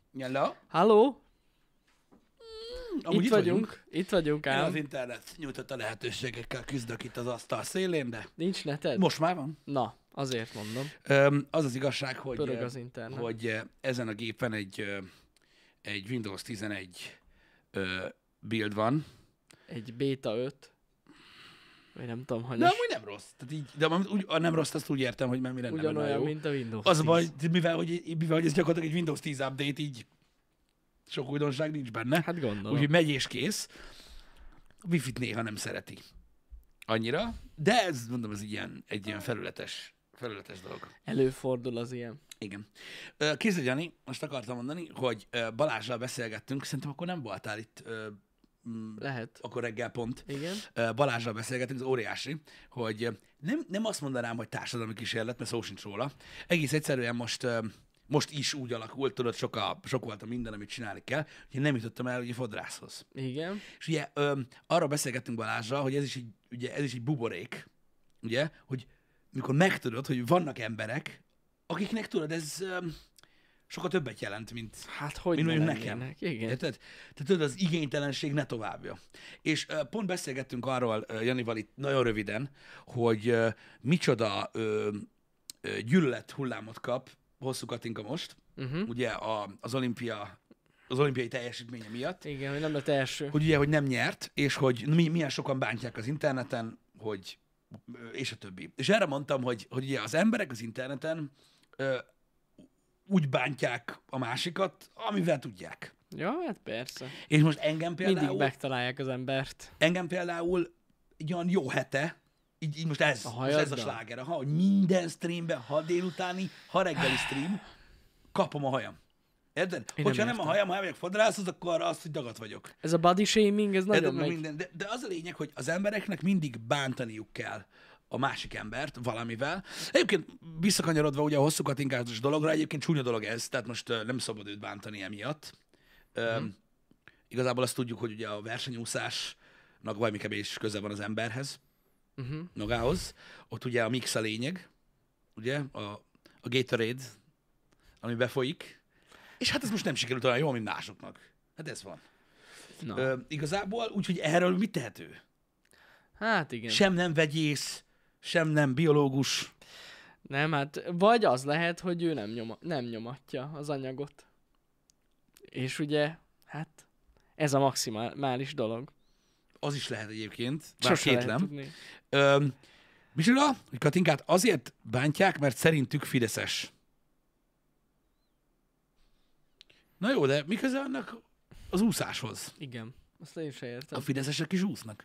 Hello? Halló? Amúgy Itt vagyunk Én ám. az internet nyújtotta lehetőségekkel küzdök itt az asztal szélén, de Nincs neted? most már van. Na, azért mondom. Az az igazság, hogy, Pörög az internet. hogy ezen a gépen egy Windows 11 build van. Egy Beta 5. Vagy nem tudom, hogy De amúgy nem rossz. Tehát így, de úgy, a nem rossz, azt úgy értem, hogy már mire nem ugyanolyan, jó. mint a Windows Az a 10. baj, mivel hogy ez gyakorlatilag egy Windows 10 update, így sok újdonság nincs benne. Hát gondolom. Úgyhogy megy és kész. A Wi-Fi-t néha nem szereti annyira, de ez, mondom, ez egy ilyen felületes dolog. Előfordul az ilyen. Igen. Kézzel, Jani, most akartam mondani, hogy Balázsral beszélgettünk, szerintem akkor nem voltál itt Lehet. akkor reggel pont. Igen. Balázsral beszélgettünk, az óriási, hogy nem azt mondanám, hogy társadalmi kísérlet, mert szó sincs róla. Egész egyszerűen most is úgy alakult, tudod, sok volt a minden, amit csinálni kell, hogy én nem jutottam el ugye fodrászhoz. Igen. És ugye arra beszélgettünk Balázsral, hogy ez is egy buborék, ugye, hogy mikor megtudod, hogy vannak emberek, akiknek tudod, ez sokkal többet jelent, mint, Hát hogy mint ne mondjuk lennének. nekem. Igen. Érted? Tehát tudod, az igénytelenség ne továbbja. És pont beszélgettünk arról Janival itt nagyon röviden, hogy micsoda gyűlölet hullámot kap Hosszú Katinka most, ugye az olimpiai teljesítménye miatt, Igen, hogy nem lett első. hogy ugye, hogy nem nyert, és hogy milyen sokan bántják az interneten, hogy és a többi. És erre mondtam, hogy ugye az emberek az interneten úgy bántják a másikat, amivel tudják. Ja, hát persze. És most engem Mindig például, megtalálják az embert. egy olyan jó hete, így most ez a hajaddal? sláger, hogy minden streamben, ha délutáni, ha reggeli stream, kapom a hajam. Érted? Én Hogyha nem nem a értem. hajam, ha elmegyek fodrászhoz, akkor azt, hogy dagat vagyok. Ez a body shaming, ez nagyon Érted? Meg megy. minden. De az a lényeg, hogy az embereknek mindig bántaniuk kell a másik embert valamivel. Egyébként visszakanyarodva ugye a Hosszú Katinkás dologra, egyébként csúnya dolog ez, tehát most nem szabad őt bántani emiatt. Igazából azt tudjuk, hogy ugye a versenyúszásnak valami kevés köze van az emberhez, magához. Ott ugye a mix a lényeg, ugye, a Gatorade, ami befolyik, és hát ez most nem sikerült olyan jól, mint másoknak. Hát ez van. Na. Igazából, úgyhogy erről mit tehető? Hát igen. Sem nem vegyész, sem nem biológus. Nem, hát vagy az lehet, hogy ő nem nyomatja az anyagot. És ugye, hát ez a maximális dolog. Az is lehet egyébként, bár Sose lehet kétlem. tudni. Micsoda? Hogy Katinkát azért bántják, mert szerintük fideszes. Na jó, de mi köze annak az úszáshoz? Igen, azt én sem értem. A fideszesek is úsznak?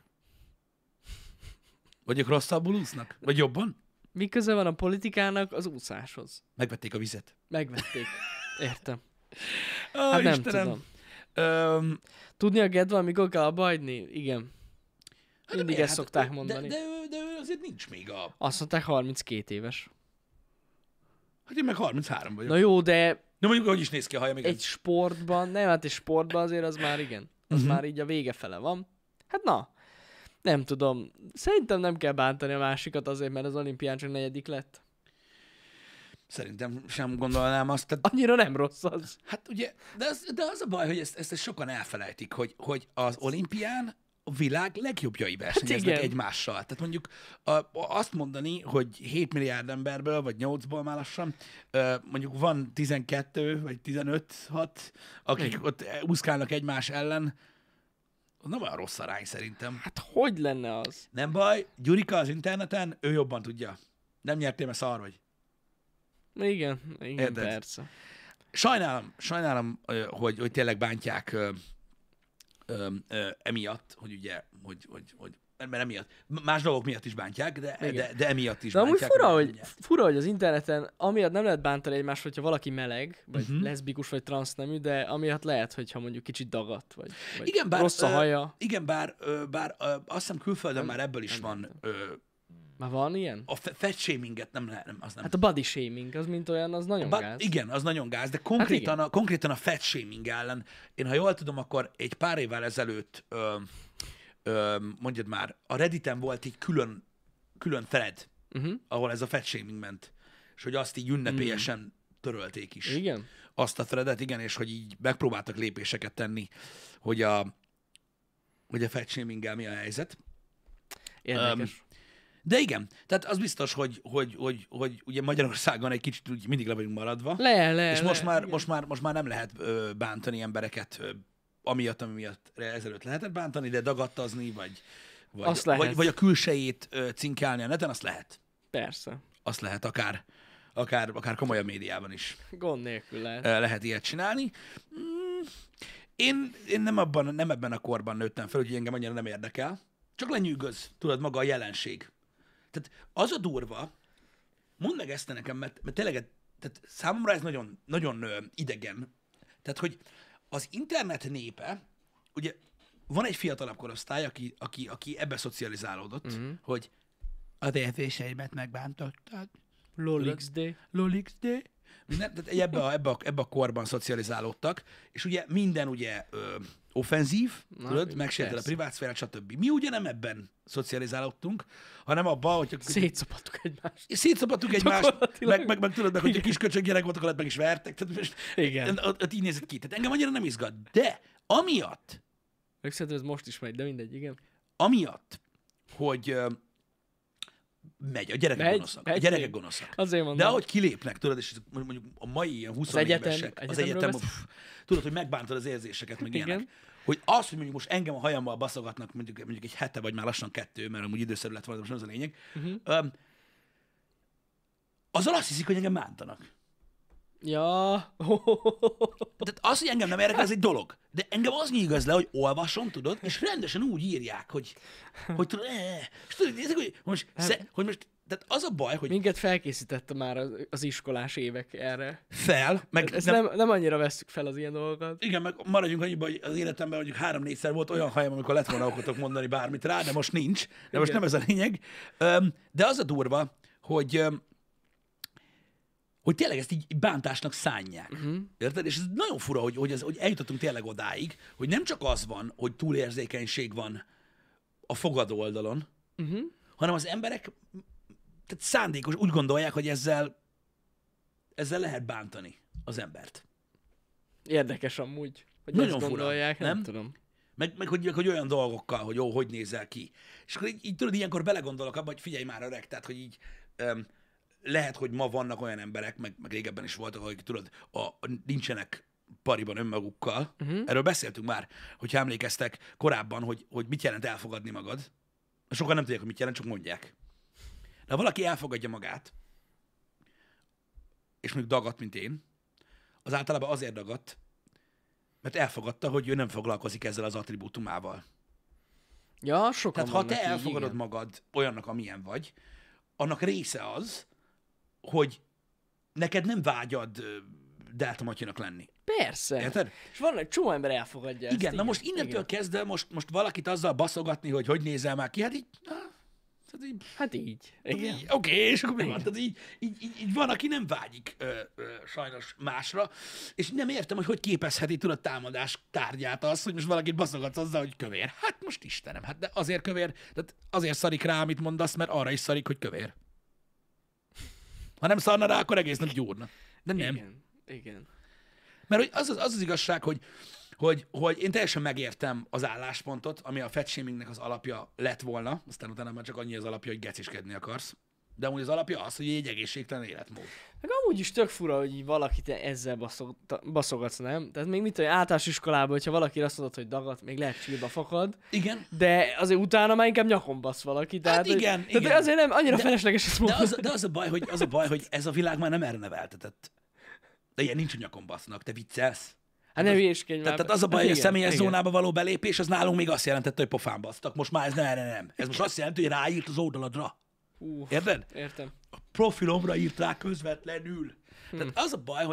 Vagy ők rosszabbul úsznak? Vagy jobban? Mi köze van a politikának az úszáshoz? Megvették a vizet. Megvették. Értem. Ó, Hát nem Istenem. tudom. Tudni a gedva, mikor kell abba hagyni? Igen. Hát Mindig miért? ezt szokták mondani. De ő azért nincs még Azt mondták 32 éves. Hát én meg 33 vagyok. Na jó, de Na mondjuk, hogy is néz ki a hajam, igen. egy sportban, nem, hát egy sportban azért az már igen. Az már így a vége fele van. Hát na, nem tudom. Szerintem nem kell bántani a másikat azért, mert az olimpián csak 4. lett. Szerintem sem gondolnám azt. Tehát, Annyira nem rossz az. hát ugye, de az a baj, hogy ezt sokan elfelejtik, hogy az olimpián a világ legjobbjai versenyeznek igen. egymással. Tehát mondjuk azt mondani, hogy 7 milliárd emberből, vagy 8-ból már lassan, mondjuk van 12 vagy 15-6, akik ott úszkálnak egymás ellen, az nem olyan rossz arány szerintem. Hát hogy lenne az? Nem baj, Gyurika az interneten, ő jobban tudja. Nem nyertél, mert szar vagy. Igen, Érted? persze. Sajnálom, hogy tényleg bántják emiatt, hogy ugye, mert emiatt, más dolgok miatt is bántják, de emiatt is De amúgy bántják. fura, hogy az interneten, amiatt nem lehet bántani egymást, hogyha valaki meleg, vagy leszbikus, vagy transznemű, de amiatt lehet, hogyha mondjuk kicsit dagadt, vagy Igen, bár, rossz a haja. Igen, bár azt hiszem külföldön már ebből is van. Már van ilyen? A fat shaminget nem lehet, az nem. Hát a body shaming, az mint olyan, az nagyon gáz. Igen, az nagyon gáz, de igen. konkrétan a fat shaming ellen, én ha jól tudom, akkor egy pár évvel ezelőtt, mondjad már, a Redditen volt egy külön thread, ahol ez a fat shaming ment, és hogy azt így ünnepélyesen törölték is. Igen? Azt a threadet, igen, és hogy így megpróbáltak lépéseket tenni, hogy a fatshaminggel mi a helyzet. Érdekes. De igen, tehát az biztos, hogy ugye Magyarországon egy kicsit úgy mindig le vagyunk maradva, és most már nem lehet bántani embereket amiatt, ami miatt ezelőtt lehetett bántani, de dagadtazni, vagy a külsejét cinkálni a neten, azt lehet. Persze. Azt lehet akár komolyabb médiában is. Gond nélkül lehet. Lehet ilyet csinálni. Én nem ebben a korban nőttem fel, úgyhogy engem annyira nem érdekel. Csak lenyűgöz, tudod, maga a jelenség. Tehát az a durva, mondd meg ezt nekem, mert tényleg tehát számomra ez nagyon, nagyon idegen. Tehát, hogy az internet népe, ugye van egy fiatalabb korosztály, aki ebbe szocializálódott, hogy az érzéseimet megbántottad. LOLXD. Minden, tehát ebbe a korban szocializálódtak, és ugye minden ugye offenzív, tudod, megsérted a privátszférát, stb. Mi ugye nem ebben szocializálódtunk, hanem abban, hogy... Szétszapattuk egymást, meg tudod, hogy a kisköcsög gyerek voltak, alatt meg is vertek, tehát most igen. Ott így nézett ki. Tehát engem annyira nem izgat. De amiatt... Szerintem ez most is megy, de mindegy, igen. Amiatt, hogy megy, a gyerekek gonoszak. Azért mondom. De ahogy kilépnek, tudod, és mondjuk a mai ilyen 20 évesek, az egyetem, tudod, hogy megbántod az érzéseket, meg ilyenek. Hogy az, hogy mondjuk most engem a hajammal baszogatnak mondjuk egy hete, vagy már lassan 2, mert amúgy időszerű lett volna, most nem az a lényeg, azzal azt hiszik, hogy engem bántanak. Ja. Tehát az, hogy engem nem érdekel, ez egy dolog. De engem az nyígaz le, hogy olvasom, tudod, és rendesen úgy írják, hogy tudod, és tudod, hogy most, tehát az a baj, hogy... Minket felkészítette már az iskolás évek erre. Meg ezt nem annyira vesszük fel az ilyen dolgokat. Igen, meg maradjunk annyiban, hogy az életemben mondjuk 3-4-szer volt olyan hajam, amikor lett volna okotok mondani bármit rá, de most nincs. De most nem ez a lényeg. De az a durva, hogy tényleg ezt így bántásnak szánják. Érted? És ez nagyon fura, hogy eljutottunk tényleg odáig, hogy nem csak az van, hogy túlérzékenység van a fogadó oldalon, hanem az emberek tehát szándékos, úgy gondolják, hogy ezzel lehet bántani az embert. Érdekes amúgy, hogy nagyon ezt gondolják, fura, nem tudom. Meg hogy olyan dolgokkal, hogy hogy nézel ki. És akkor így tudod, ilyenkor belegondolok abba, hogy figyelj már öreg, tehát hogy így lehet, hogy ma vannak olyan emberek, meg régebben is voltak, akik tudod, nincsenek pariban önmagukkal. Erről beszéltünk már, hogyha emlékeztek korábban, hogy mit jelent elfogadni magad. Sokan nem tudják, hogy mit jelent, csak mondják. De ha valaki elfogadja magát, és mondjuk dagadt, mint én, az általában azért dagadt, mert elfogadta, hogy ő nem foglalkozik ezzel az attribútumával. Ja, sokan Tehát ha te elfogadod magad olyannak, amilyen vagy, annak része az, hogy neked nem vágyad Delta Matyinak lenni. Persze. Érted? És van egy csomó ember elfogadja ezt. Igen, na most innentől kezdve most valakit azzal baszogatni, hogy nézel már ki, hát így. Igen. Oké, és akkor mi van? Tehát így van, aki nem vágyik sajnos másra, és nem értem, hogy képezheti tudod támadás tárgyát az, hogy most valakit baszogatsz azzal, hogy kövér. Hát most Istenem, hát de azért kövér, tehát azért szarik rá, amit mondasz, mert arra is szarik, hogy kövér. Ha nem szarna rá, akkor egész nap gyúrna. De nem. Igen. Mert hogy az igazság, hogy én teljesen megértem az álláspontot, ami a fatshamingnek az alapja lett volna, aztán utána már csak annyi az alapja, hogy geciskedni akarsz. De amúgy az alapja az, hogy egy egészségtelen életmód. Meg amúgy is tök fura, hogy így valakit ezzel baszogatsz, nem? Tehát még mit tudom, általános iskolában, hogyha valaki azt mondod, hogy dagat, még lehet sírba fakad. Igen. De azért utána már inkább nyakon basz valaki. Tehát, hát igen, igen. Tehát azért nem annyira felesleges ezt mondani. De az a baj, hogy ez a világ már nem erre neveltetett. De ilyen nincs, hogy nyakon basznak, te viccelsz. Hát ne hülyéskedj már. Tehát az a baj, hogy a személyes zónába való belépés, az nálunk még azt jelentette, hogy pofán basztak. Most már ez nem. Ez most azt jelenti, hogy ráírt az oldaladra. Érted? Értem. A profilomra írt rá közvetlenül. Tehát az a baj,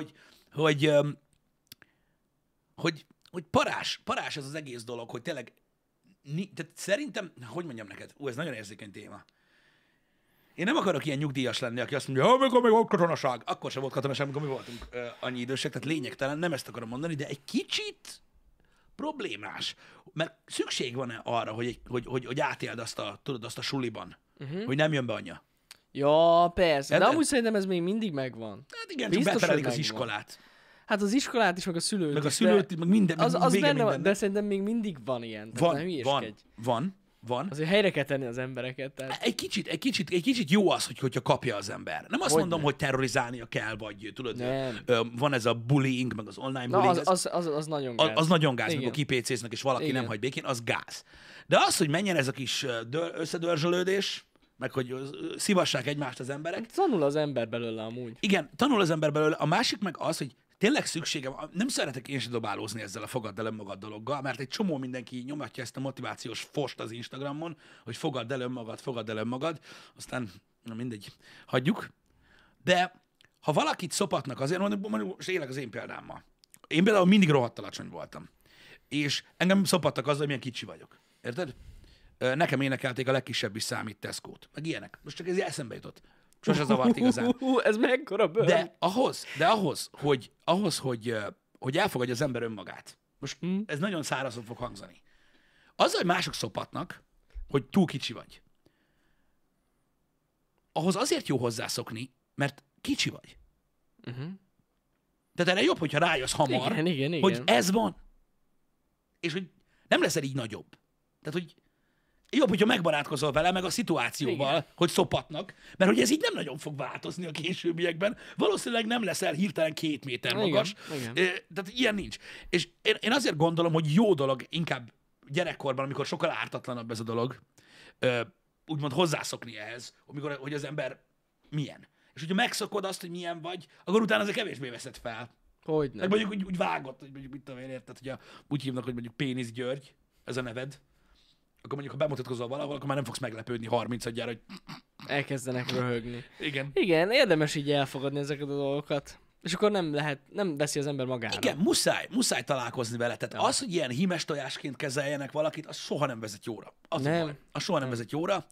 hogy parás ez az egész dolog, hogy tényleg, tehát szerintem, hogy mondjam neked, ez nagyon érzékeny téma. Én nem akarok ilyen nyugdíjas lenni, aki azt mondja, amikor még volt katonaság. Akkor sem volt katonaság, amikor mi voltunk annyi idősek, tehát lényegtelen, nem ezt akarom mondani, de egy kicsit problémás. Mert szükség van-e arra, hogy átéld azt a suliban, hogy nem jön be anya? Ja, persze. De Érted? amúgy szerintem ez még mindig megvan. Hát igen, Biztos, csak hogy beterelik az megvan. iskolát. Hát az iskolát is, meg a szülőt Meg a is, szülőt, meg minden, de az vége benne van, mindennek. de szerintem még mindig van ilyen. Tehát ne hülyéskedj. Van. Azért helyre kell tenni az embereket. Tehát... Egy kicsit jó az, hogyha kapja az ember. Nem azt Hogyne. mondom, hogy terrorizálnia kell, vagy tudod, Nem. van ez a bullying, meg az online Na, bullying. az nagyon gáz. Az nagyon gáz, Igen. amikor kipécéznek, és valaki Igen. nem hagy békén, az gáz. De az, hogy menjen ez a kis összedörzsölődés, meg hogy szivassák egymást az emberek, Tanul az ember belőle amúgy. igen, tanul az ember belőle. A másik meg az, hogy tényleg szükségem, nem szeretek én sem dobálózni ezzel a fogadd el önmagad dologgal, mert egy csomó mindenki nyomatja ezt a motivációs fost az Instagramon, hogy fogadd el önmagad, aztán na mindegy, hagyjuk. De ha valakit szopatnak azért, mondjuk most élek az én példámmal. Én például mindig rohadt alacsony voltam. És engem szopattak azzal, hogy milyen kicsi vagyok. Érted? Nekem énekelték a legkisebb is számít Tesco-t. Meg ilyenek. Most csak ez eszembe jutott. Sose zavart igazán. Ez mekkora bőr. De ahhoz, hogy elfogadja az ember önmagát. Most ez nagyon szárazon fog hangzani. Azzal, hogy mások szopatnak, hogy túl kicsi vagy. Ahhoz azért jó hozzászokni, mert kicsi vagy. Tehát erre jobb, hogyha rájössz hamar, Igen. hogy ez van. És hogy nem leszel így nagyobb. Tehát, hogy jobb, hogyha megbarátkozol vele, meg a szituációval, Igen. hogy szopatnak, mert hogy ez így nem nagyon fog változni a későbbiekben. Valószínűleg nem leszel hirtelen 2 méter magas. Igen. Tehát ilyen nincs. És én azért gondolom, hogy jó dolog inkább gyerekkorban, amikor sokkal ártatlanabb ez a dolog, úgymond hozzászokni ehhez, hogy az ember milyen. És hogyha megszokod azt, hogy milyen vagy, akkor utána ezzel kevésbé veszed fel. Hogyne. Meg mondjuk úgy vágott, hogy mondjuk mit tudom én, érted, hogy úgy hívnak, hogy mondjuk Pénisz György, ez a neved, akkor mondjuk, ha bemutatkozol valahol, akkor már nem fogsz meglepődni 30-adjára, hogy Elkezdenek röhögni. igen. Igen, érdemes így elfogadni ezeket a dolgokat. És akkor nem veszi az ember magára. Igen, muszáj találkozni vele. Tehát az, hogy ilyen hímes tojásként kezeljenek valakit, az soha nem vezet jóra. Az Nem. a baj. Az soha nem vezet jóra.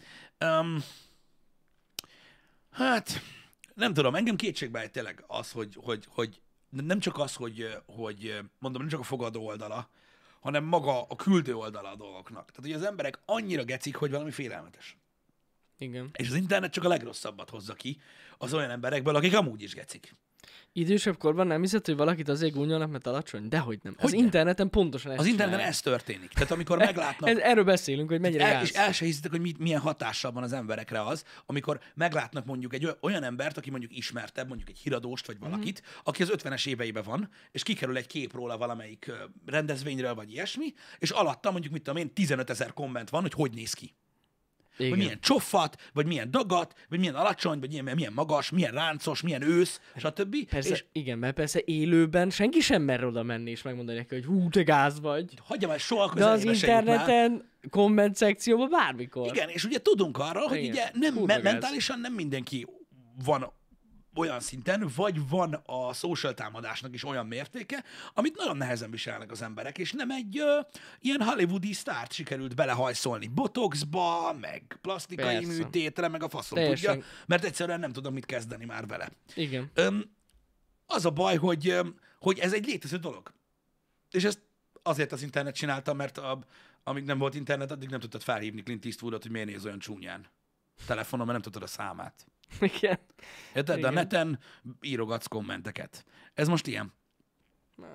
Hát, nem tudom, engem kétségbe ejt tényleg az, hogy nem csak az, hogy mondom, nem csak a fogadó oldala, hanem maga a küldő oldala a dolgoknak. Tehát, hogy az emberek annyira gecik, hogy valami félelmetes. Igen. És az internet csak a legrosszabbat hozza ki az olyan emberekből, akik amúgy is gecik. Idősebb korban nem hiszed, hogy valakit azért gúnyolnak, mert alacsony? Dehogy nem. Az Hogyne? interneten pontosan ezt Az interneten csinálják. ez történik. Tehát amikor meglátnak... Erről beszélünk, hogy mennyire gáz. És el se hiszitek, hogy milyen hatással van az emberekre az, amikor meglátnak mondjuk egy olyan embert, aki mondjuk ismertebb, mondjuk egy híradóst vagy valakit, aki az 50-es éveiben van, és kikerül egy kép róla valamelyik rendezvényről vagy ilyesmi, és alatta mondjuk, mit tudom én, 15 000 komment van, hogy néz ki. Igen. Hogy milyen csoffat, vagy milyen dagat, vagy milyen alacsony, vagy milyen magas, milyen ráncos, milyen ősz, stb. Persze, És igen, mert persze élőben senki sem mer oda menni és megmondani neki, hogy hú, te gáz vagy. hagyja már, soha De az közelébe se jutnál. interneten, komment szekcióban bármikor. Igen, és ugye tudunk arról, hogy Igen, ugye nem, kurva gáz. mentálisan nem mindenki van olyan szinten, vagy van a social támadásnak is olyan mértéke, amit nagyon nehezen viselnek az emberek, és nem egy ilyen hollywoodi sztárt sikerült belehajszolni botoxba, meg plastikai Persze. műtétre, meg a faszom Teljesen. tudja, mert egyszerűen nem tudom mit kezdeni már vele. Igen. Az a baj, hogy ez egy létező dolog. És ezt azért az internet csinálta, mert amíg nem volt internet, addig nem tudtad felhívni Clint Eastwoodot, hogy miért néz olyan csúnyán telefonon, mert nem tudtad a számát. Igen. Érted? De a Igen. neten írogatsz kommenteket. Ez most ilyen. Na.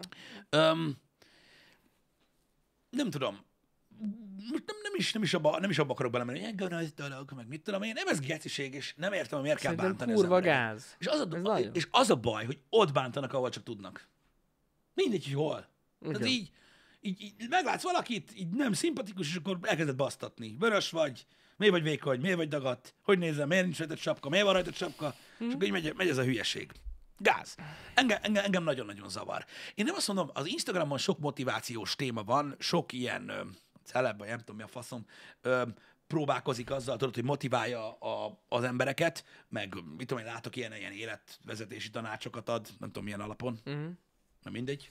Nem tudom. Most nem is abba akarok belemenni, hogy ilyen gonosz dolog, meg mit tudom én. Nem ez geciség, és nem értem, hogy miért kell Szerintem bántani kurva az embereket. gáz. És Ez nagyon. és az a baj, hogy ott bántanak, ahol csak tudnak. Mindegy, hogy hol. Tehát Igen. így meglátsz valakit, így nem szimpatikus, és akkor elkezded basztatni. Vörös vagy, miért vagy vékony, miért vagy dagat, hogy nézem, miért nincs rajtad sapka, miért van rajtad sapka, és akkor így megy ez a hülyeség. Gáz. Engem nagyon-nagyon zavar. Én nem azt mondom, az Instagramon sok motivációs téma van, sok ilyen celeb, vagy nem tudom mi a faszom, próbálkozik azzal, tudod, hogy motiválja az embereket, meg mit tudom én, látok ilyen életvezetési tanácsokat ad, nem tudom milyen alapon, na mindegy,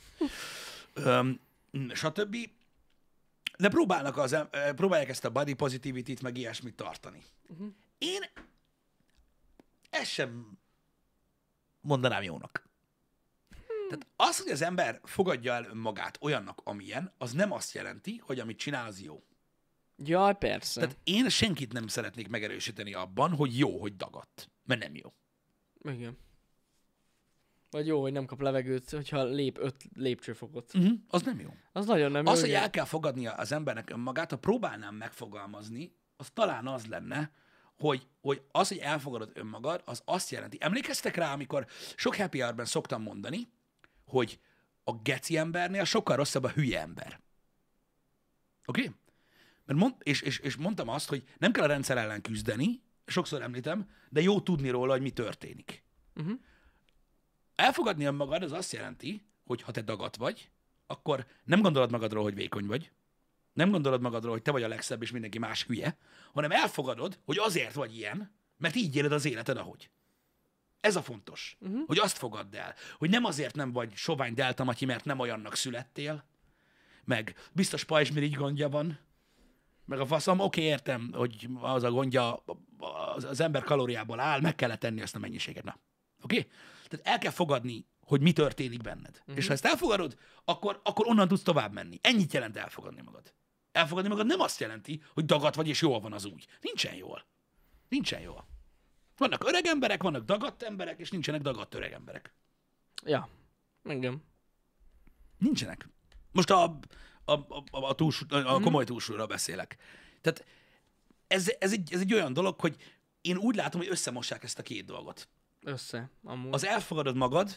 stb. De próbálják ezt a body positivity-t, meg ilyesmit tartani. Én ezt sem mondanám jónak. Tehát az, hogy az ember fogadja el önmagát olyannak, amilyen, az nem azt jelenti, hogy amit csinál, az jó. Jaj, persze. Tehát én senkit nem szeretnék megerősíteni abban, hogy jó, hogy dagadt. Mert nem jó. Igen. Vagy jó, hogy nem kap levegőt, hogyha lép 5 lépcsőfokot. Az nem jó. Az nagyon nem jó. Az, hogy igen. el kell fogadnia az embernek önmagát, ha próbálnám megfogalmazni, az talán az lenne, hogy az, hogy elfogadod önmagad, az azt jelenti. Emlékeztek rá, amikor sok happy hour-ben szoktam mondani, hogy a geci embernél sokkal rosszabb a hülye ember. Oké? Okay? És mondtam azt, hogy nem kell a rendszer ellen küzdeni, sokszor említem, de jó tudni róla, hogy mi történik. Elfogadni önmagad az azt jelenti, hogy ha te dagat vagy, akkor nem gondolod magadról, hogy vékony vagy, nem gondolod magadról, hogy te vagy a legszebb, és mindenki más hülye, hanem elfogadod, hogy azért vagy ilyen, mert így éled az életed, ahogy. Ez a fontos, hogy azt fogadd el, hogy nem azért nem vagy sovány deltamatyi, mert nem olyannak születtél, meg biztos pajzsmirigy gondja van, meg a faszom, oké, értem, hogy az a gondja az ember kalóriából áll, meg kellett tenni azt a mennyiséget. Na, oké? Tehát el kell fogadni, hogy mi történik benned. És ha ezt elfogadod, akkor onnan tudsz tovább menni. Ennyit jelent elfogadni magad. Elfogadni magad nem azt jelenti, hogy dagadt vagy, és jól van az úgy. Nincsen jól. Nincsen jól. Vannak öreg emberek, vannak dagadt emberek, és nincsenek dagadt öreg emberek. Ja, engem. Nincsenek. Most a komoly túlsúlyról beszélek. Tehát ez egy olyan dolog, hogy én úgy látom, hogy összemossák ezt a két dolgot. Amúgy. Az elfogadod magad,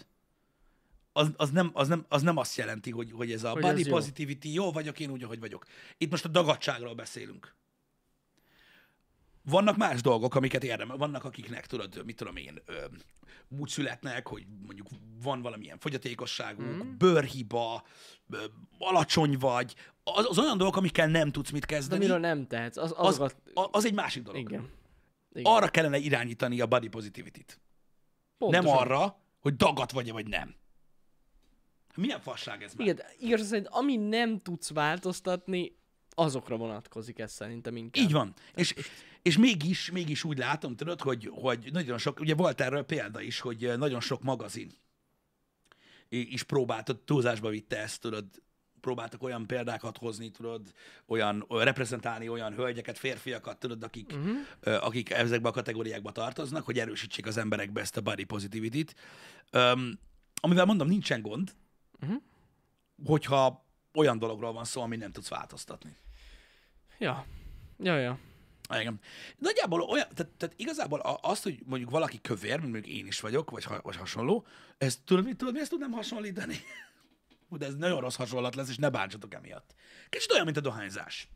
az nem azt jelenti, hogy ez a hogy body ez jó. positivity, jó vagyok én úgy, ahogy vagyok. Itt most a dagadtságról beszélünk. Vannak más dolgok, amiket érdemel. Vannak, akiknek, tudod, mit tudom én, úgy születnek, hogy mondjuk van valamilyen fogyatékosságuk, bőrhiba, alacsony vagy, az olyan dolgok, amikkel nem tudsz mit De kezdeni, miről nem tehetsz? az egy másik dolog. Igen. Arra kellene irányítani a body positivity-t. Pontosan. Nem arra, hogy dagat vagy-e, vagy nem. Milyen fasság ez már? Igen, igaz szerint, ami nem tudsz változtatni, azokra vonatkozik ez szerintem inkább. Így van. És mégis úgy látom, tudod, hogy nagyon sok, ugye volt erről példa is, hogy nagyon sok magazin is túlzásba vitte ezt, tudod, próbáltak olyan példákat hozni, tudod, reprezentálni olyan hölgyeket, férfiakat, tudod, akik ezekbe a kategóriákba tartoznak, hogy erősítsék az emberekbe ezt a body positivity-t. Amivel mondom, nincsen gond, hogyha olyan dologról van szó, ami nem tudsz változtatni. Ja. Igen. Nagyjából olyan, tehát igazából azt, hogy mondjuk valaki kövér, mint mondjuk én is vagyok, vagy hasonló, ezt tudod, mi ezt tudnám hasonlítani? De ez nagyon rossz hasonlat lesz, és ne bántsatok emiatt. Kicsit olyan, mint a dohányzás.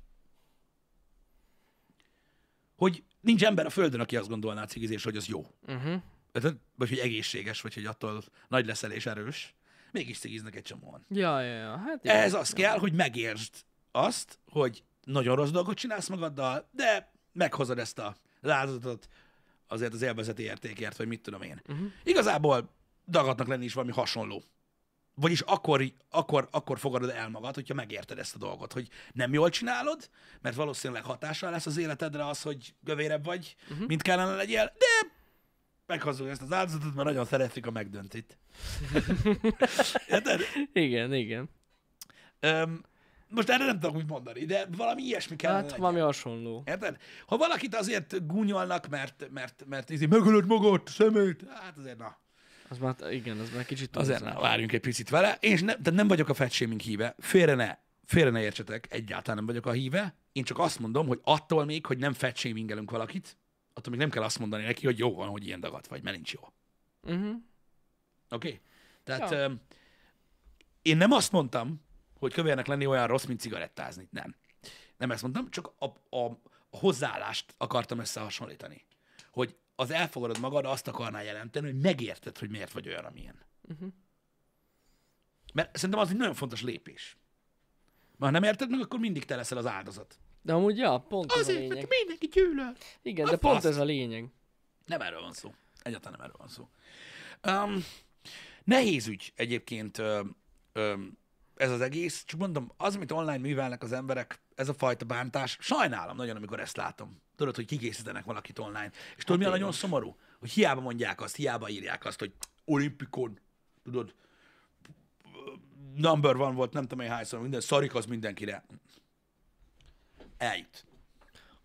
Hogy nincs ember a földön, aki azt gondolná a cigizés, hogy az jó. Vagy hogy egészséges, vagy hogy attól nagy leszel és erős. Mégis cigiznek egy csomóan. Ja. Hát igen. Ez az kell, hogy megértsd azt, hogy nagyon rossz dolgot csinálsz magaddal, de meghozod ezt a áldozatot azért az élvezeti értékért, vagy mit tudom én. Igazából dagadnak lenni is valami hasonló. Vagyis akkor fogadod el magad, hogyha megérted ezt a dolgot, hogy nem jól csinálod, mert valószínűleg hatással lesz az életedre az, hogy gövérebb vagy, mint kellene legyél, de meghozod ezt az áldozatot, mert nagyon szeretik a megdöntit. Érted? Igen. Most erre nem tudok mit mondani, de valami ilyesmi kellene Hát legyen. valami hasonló. Érted? Ha valakit azért gúnyolnak, mert megölöd magad, szemét, hát azért na. Az már kicsit Azért túlzás. na, várjunk egy picit vele. Tehát nem vagyok a fatshaming híve. Félre ne értsetek, egyáltalán nem vagyok a híve. Én csak azt mondom, hogy attól még, hogy nem fatshamingelünk valakit, attól még nem kell azt mondani neki, hogy jó van, hogy ilyen dagat vagy, mert nincs jó. Oké? Okay? Tehát Ja. én nem azt mondtam, hogy kövérnek lenni olyan rossz, mint cigarettázni. Nem. Nem ezt mondtam, csak a hozzáállást akartam összehasonlítani. Hogy az elfogadod magad azt akarná jelenteni, hogy megérted, hogy miért vagy olyan, amilyen. Mert szerintem az egy nagyon fontos lépés. Mert ha nem érted meg, akkor mindig te leszel az áldozat. De amúgy, ja, pont ez a Azért, lényeg. mert mindenki gyűlöl. Igen, A de pont fasz. ez a lényeg. Nem erről van szó. Egyáltalán nem erről van szó. Nehéz ügy egyébként ez az egész, csak mondom, az, amit online művelnek az emberek, ez a fajta bántás, sajnálom nagyon, amikor ezt látom. Tudod, hogy kikészítenek valakit online. És tudod, mi a igen. nagyon szomorú? Hogy hiába mondják azt, hiába írják azt, hogy olimpikon, tudod, number one volt, nem tudom én hányszor, minden szarik az mindenkire. Eljut.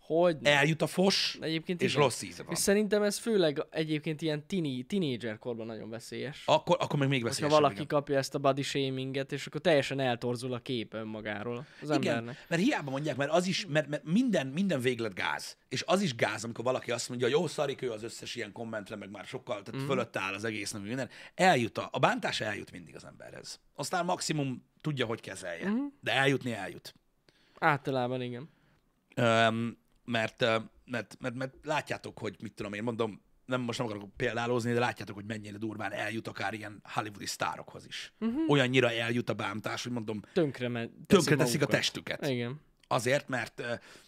Hogy eljut a fos, egyébként és igen. rossz íze van. És szerintem ez főleg egyébként ilyen tínédzser korban nagyon veszélyes. Akkor meg még Ha veszélyesebb. valaki igen. kapja ezt a body shaminget, és akkor teljesen eltorzul a kép önmagáról az embernek. Mert hiába mondják, mert az is, mert minden véglet gáz. És az is gáz, amikor valaki azt mondja, hogy jó, szarik ő az összes ilyen kommentre, meg már sokkal, tehát fölött áll az egész, nem minden. Eljut a bántás eljut mindig az emberhez. Aztán maximum tudja, hogy kezelje. De eljutni eljut. Általában igen. Mert látjátok, hogy mit tudom én, mondom, most nem akarok példálózni, de látjátok, hogy mennyire durván eljut akár ilyen hollywoodi sztárokhoz is. Olyannyira eljut a bántás, hogy mondom, tönkre teszik a testüket. Igen. Azért, mert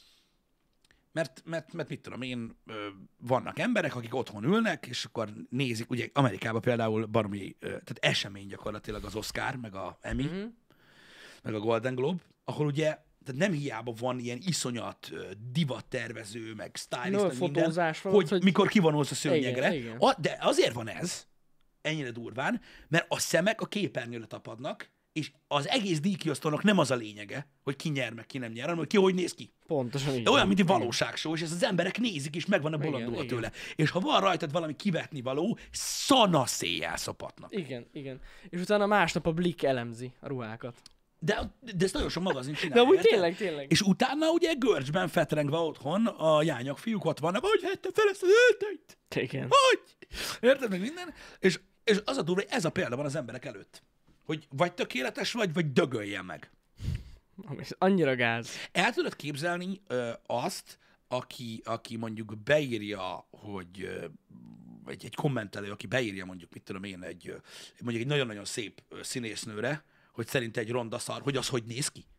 mit tudom én, vannak emberek, akik otthon ülnek, és akkor nézik, ugye Amerikában például baromi, tehát esemény gyakorlatilag az Oscar, meg a Emmy, meg a Golden Globe, ahol ugye tehát nem hiába van ilyen iszonyat divattervező, meg stylist, meg minden, hogy mikor kivonulsz a szőnyegre. Igen. De azért van ez, ennyire durván, mert a szemek a képernyőre tapadnak, és az egész díjkiosztónak nem az a lényege, hogy ki nyer, meg ki nem nyer, hanem hogy ki hogy néz ki. Pontosan így. Olyan, mint egy valóságshow, és ezt az emberek nézik, és meg vannak bolondulva Igen. tőle. És ha van rajtad valami kivetni való, szanaszéjjel szopatnak. Igen. És utána másnap a Blick elemzi a ruhákat. De ezt nagyon sok magazin csinálja. De úgy érted? tényleg. És utána ugye görcsben fetrengve otthon a jányok, fiúk ott vannak, hogy hette fel ezt az öltönyt? Igen. Hogy? Érted meg minden? És az a durva, hogy ez a példa van az emberek előtt. Hogy vagy tökéletes vagy dögöljen meg. Annyira gáz. El tudod képzelni azt, aki mondjuk beírja, hogy egy kommentelő, aki beírja mondjuk, mit tudom én, mondjuk egy nagyon-nagyon szép színésznőre, hogy szerint egy ronda szar, hogy az hogy néz ki?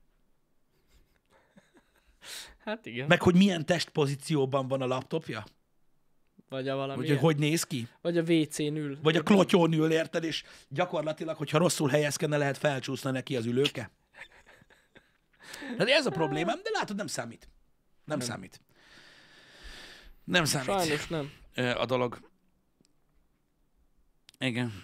Hát igen. Meg hogy milyen testpozícióban van a laptopja? Vagy a valami. Hogy néz ki? Vagy a WC-n ül. Vagy a klotyón ül, érted? És gyakorlatilag, hogyha rosszul helyezkedne, lehet felcsúszna neki az ülőke. De ez a problémám, de látod, nem számít. Nem számít. Nem számít. Sajnos nem. A dolog. Igen.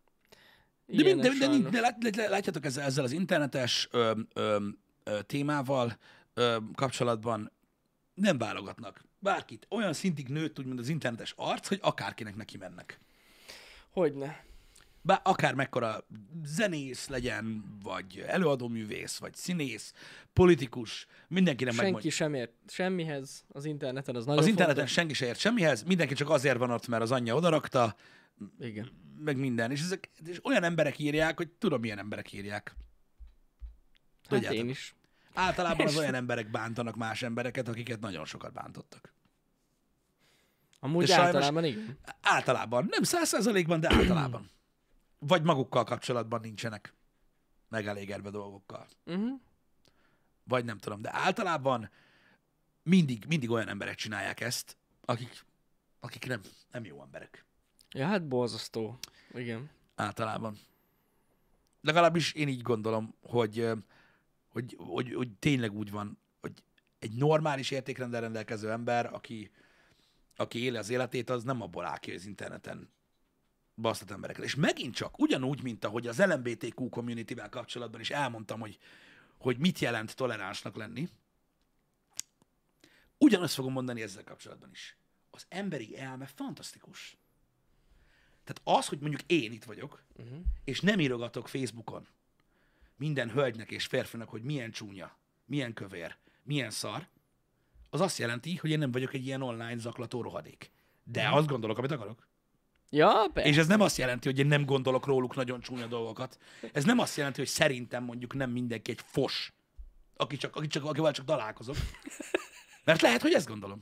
De látjátok ezzel az internetes témával kapcsolatban nem válogatnak. Bárkit. Olyan szintig nőtt úgymond az internetes arc, hogy akárkinek neki mennek. Hogyne. Bár akár mekkora zenész legyen, vagy előadóművész, vagy színész, politikus, mindenkinek megmondja. Senki sem ért semmihez az interneten, az nagyon Az interneten fontos. senki se ért semmihez, mindenki csak azért van ott, mert az anyja odarakta, Igen. meg minden. És olyan emberek írják, hogy tudom, milyen emberek írják. Hát Tudjátok? én is. Általában az olyan emberek bántanak más embereket, akiket nagyon sokat bántottak. Amúgy De sajnos- általában igen. Általában. Nem 100%-ban, de általában. Vagy magukkal kapcsolatban nincsenek megelégedve dolgokkal. Vagy nem tudom, de általában mindig olyan emberek csinálják ezt, akik nem jó emberek. Ja, hát borzasztó. Igen. Általában. Legalábbis én így gondolom, hogy tényleg úgy van, hogy egy normális értékrendel rendelkező ember, aki éli az életét, az nem abból áll ki, hogy az interneten basztat emberekkel. És megint csak ugyanúgy, mint ahogy az LMBTQ community-vel kapcsolatban is elmondtam, hogy mit jelent toleránsnak lenni, ugyanazt fogom mondani ezzel kapcsolatban is. Az emberi elme fantasztikus. Tehát az, hogy mondjuk én itt vagyok, és nem írogatok Facebookon minden hölgynek és férfinak, hogy milyen csúnya, milyen kövér, milyen szar, az azt jelenti, hogy én nem vagyok egy ilyen online zaklató rohadék. De azt gondolok, amit akarok. Ja, persze. És ez nem azt jelenti, hogy én nem gondolok róluk nagyon csúnya dolgokat. Ez nem azt jelenti, hogy szerintem mondjuk nem mindenki egy fos, akivel csak találkozok. Mert lehet, hogy ezt gondolom.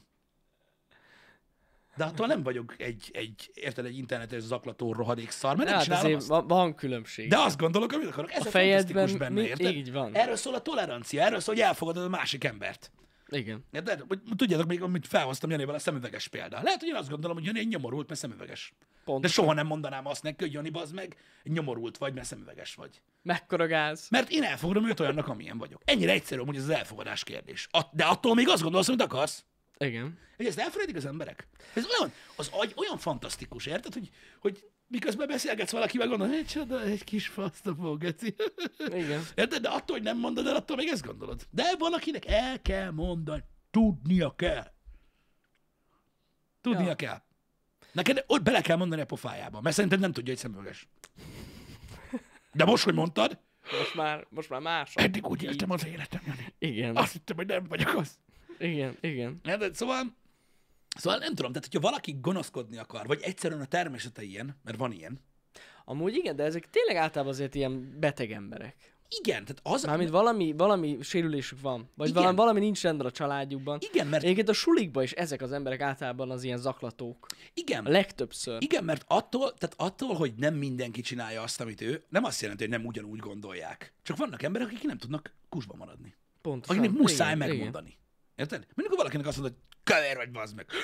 De attól nem vagyok egy internetes zaklató rohadék szar, mert nem hát csinálom azért azt. van különbség. De azt gondolok, amit akarok. Ez a fejedben fantasztikus benne, érted? így van. Erről szól a tolerancia, erről szól, hogy elfogadod a másik embert. Igen. De tudjátok, még amit felhoztam Janival a szemüveges példa. Lehet, hogy én azt gondolom, hogy Jani egy nyomorult, mert szemüveges. Pont. De soha nem mondanám azt neki, hogy Jani, bazd meg, egy nyomorult vagy, mert szemüveges vagy. Mekkora gáz. Mert én elfogadom őt olyannak, amilyen vagyok. Ennyire egyszerű, hogy ez az elfogadás kérdés. De attól még azt gondolsz, amit akarsz. Igen. Hogy ezt elfelejtik az emberek. Ez olyan, az agy olyan fantasztikus, érted, hogy miközben beszélgetsz valakivel, gondolod, hogy csoda, egy kis fasztapó, geci. Igen. Érted? De attól, hogy nem mondod el, attól még ezt gondolod. De valakinek el kell mondani. Tudnia kell. Tudnia Ja. kell. Neked ott bele kell mondani a pofájába, mert szerintem nem tudja, hogy szemüveges. De most, hogy mondtad, Most már más. eddig úgy éltem az életem, Jani. Igen, Azt hittem, hogy nem vagyok az. igen. Érted? Szóval nem tudom, tehát hogyha valaki gonoszkodni akar, vagy egyszerűen a természete ilyen, mert van ilyen. Amúgy igen, de ezek tényleg általában azért ilyen beteg emberek. Igen, tehát az... Mármint valami sérülésük van. Vagy Igen. valami nincs rendben a családjukban. Igen, mert, Egyébként a sulikban is ezek az emberek általában az ilyen zaklatók. A igen, legtöbbször. igen, mert attól, hogy nem mindenki csinálja azt, amit ő, nem azt jelenti, hogy nem ugyanúgy gondolják. Csak vannak emberek, akik nem tudnak kusba maradni. Pontosan. Akinek muszáj Igen, megmondani. Érted? Mondjuk valakinek azt mondod, hogy kövér vagy, bazd meg.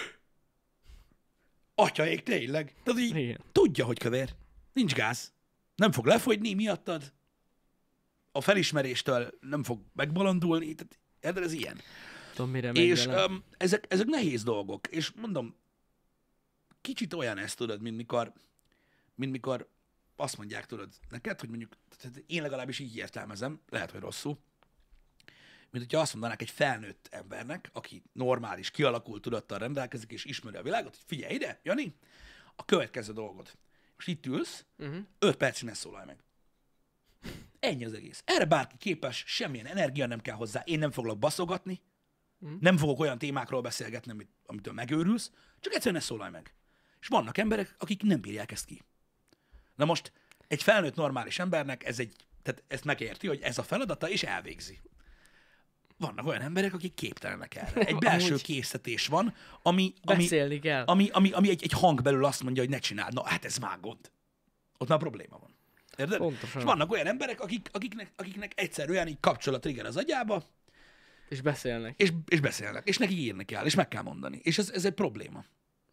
Atyaék, tényleg. Tehát így Igen. tudja, hogy kövér. Nincs gáz. Nem fog lefogyni miattad. A felismeréstől nem fog megbolondulni. Tehát, érted, ez ilyen. Tudom, mire megy És vele. ezek nehéz dolgok. És mondom, kicsit olyan ezt tudod, mint mikor azt mondják, tudod, neked, hogy mondjuk, tehát én legalábbis így értelmezem, lehet, hogy rosszul, mint hogyha azt mondanák egy felnőtt embernek, aki normális, kialakult tudattal rendelkezik, és ismeri a világot, hogy figyelj ide, Jani, a következő dolgod. Most itt ülsz, 5 percig ne szólalj meg. Ennyi az egész. Erre bárki képes, semmilyen energia nem kell hozzá, én nem foglak baszogatni, nem fogok olyan témákról beszélgetni, amitől megőrülsz, csak egyszerűen ne szólalj meg. És vannak emberek, akik nem bírják ezt ki. Na most egy felnőtt normális embernek tehát ezt megérti, hogy ez a feladata, és elvégzi. Vannak olyan emberek, akik képtelenek erre. Egy belső Amúgy. késztetés van, ami Beszélni kell. egy hang belül azt mondja, hogy ne csináld. Na, hát ez már gond. Ott már probléma van. Érted? Pontosan. És vannak olyan emberek, akiknek egyszerűen így kapcsolat trigger az agyába, És beszélnek. és beszélnek, és neki írni kell, és meg kell mondani. És ez egy probléma.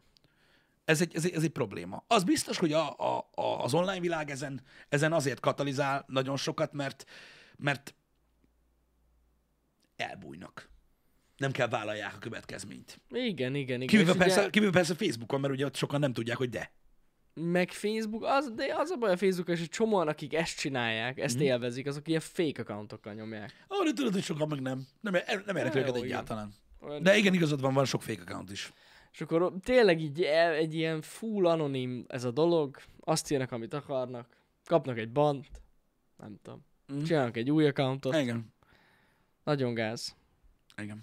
Ez egy probléma. Az biztos, hogy az online világ ezen azért katalizál nagyon sokat, mert elbújnak. Nem kell vállalják a következményt. Igen. Kivéve persze Facebookon, mert ugye ott sokan nem tudják, hogy de. Meg Facebook, de az a baj a Facebook, és egy csomóan, akik ezt csinálják, ezt élvezik, azok ilyen fake accountokkal nyomják. De tudod, hogy sokan meg nem. Nem érdekel őket jó, igen. egyáltalán. Olyan- De igen, igazad van sok fake account is. És akkor tényleg így egy ilyen full anonim ez a dolog, azt írnak, amit akarnak, kapnak egy bant, nem tudom, csinálnak egy új accountot, Igen. nagyon gáz. Igen.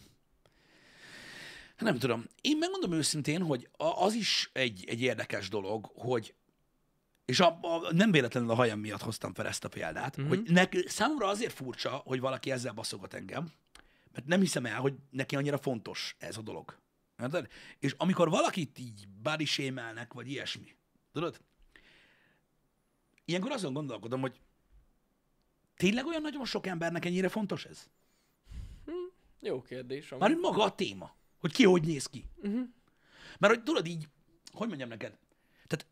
Nem tudom. Én megmondom őszintén, hogy az is egy érdekes dolog, hogy és nem véletlenül a hajam miatt hoztam fel ezt a példát, hogy számomra azért furcsa, hogy valaki ezzel baszogat engem, mert nem hiszem el, hogy neki annyira fontos ez a dolog. Érted? És amikor valakit így body shame-elnek, vagy ilyesmi, tudod? Ilyenkor azon gondolkodom, hogy tényleg olyan nagyon sok embernek ennyire fontos ez? Jó kérdés. amúgy. Már maga a téma, hogy ki hogy néz ki. Mert hogy tudod így, hogy mondjam neked, tehát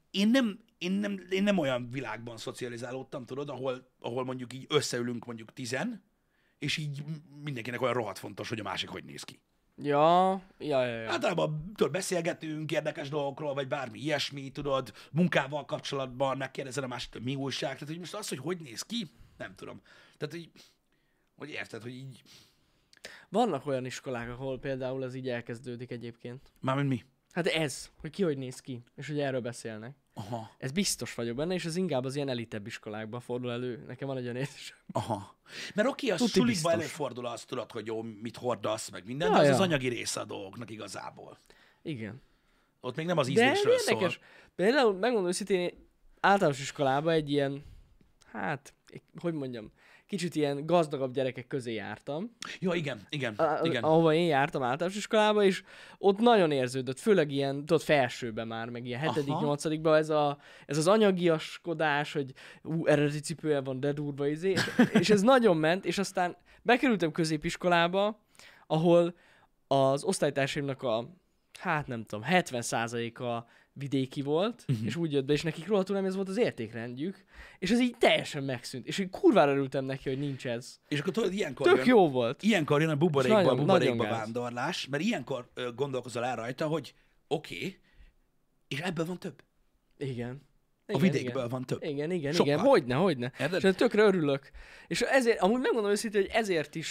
én nem olyan világban szocializálódtam, tudod, ahol mondjuk így összeülünk mondjuk 10-en, és így mindenkinek olyan rohadt fontos, hogy a másik hogy néz ki. Ja. Általában tudod, beszélgetünk érdekes dolgokról, vagy bármi ilyesmi, tudod, munkával kapcsolatban megkérdezed a másiktól, mi újság, tehát hogy most az, hogy néz ki, nem tudom. Tehát, hogy érted, hogy így, Vannak olyan iskolák, ahol például ez így elkezdődik egyébként. mármint mi? Hát ez, hogy hogy néz ki, és hogy erről beszélnek. Aha. Ez biztos vagyok benne, és ez inkább az ilyen elitebb iskolákban fordul elő. Nekem van egy olyan érzésem. Aha. Mert oké, a Tuti sulikban biztos. előfordul az, tudod, hogy jó, mit hordasz, meg minden, Ja, de az ja. az anyagi része a dolgoknak igazából. Igen. Ott még nem az De ízlésről érdekes. szól. Például megmondom őszintén, általános iskolában egy ilyen, hát, hogy mondjam, kicsit ilyen gazdagabb gyerekek közé jártam. Ja, igen. Ahova én jártam általános iskolába, és ott nagyon érződött, főleg ilyen, tudod, felsőben már, meg ilyen 7., Aha. 8. ez az anyagiaskodás, hogy eredeti cipője van, de durva izé, és ez nagyon ment, és aztán bekerültem középiskolába, ahol az osztálytársaimnak hát nem tudom, 70%-a vidéki volt, és úgy jött be, és nekik róla tudom, ez volt az értékrendjük, és ez így teljesen megszűnt. És így kurvára örültem neki, hogy nincs ez. És akkor tudod, ilyenkor Tök jó volt. Ilyenkor jön a nagyon buborékba gáz. vándorlás, mert ilyenkor gondolkozol el rajta, hogy oké, és ebből van több. Igen. A vidékből van több. Igen. Sokkal. Hogyne. Érted? És tökre örülök. És ezért, amúgy megmondom őszintén, hogy ezért is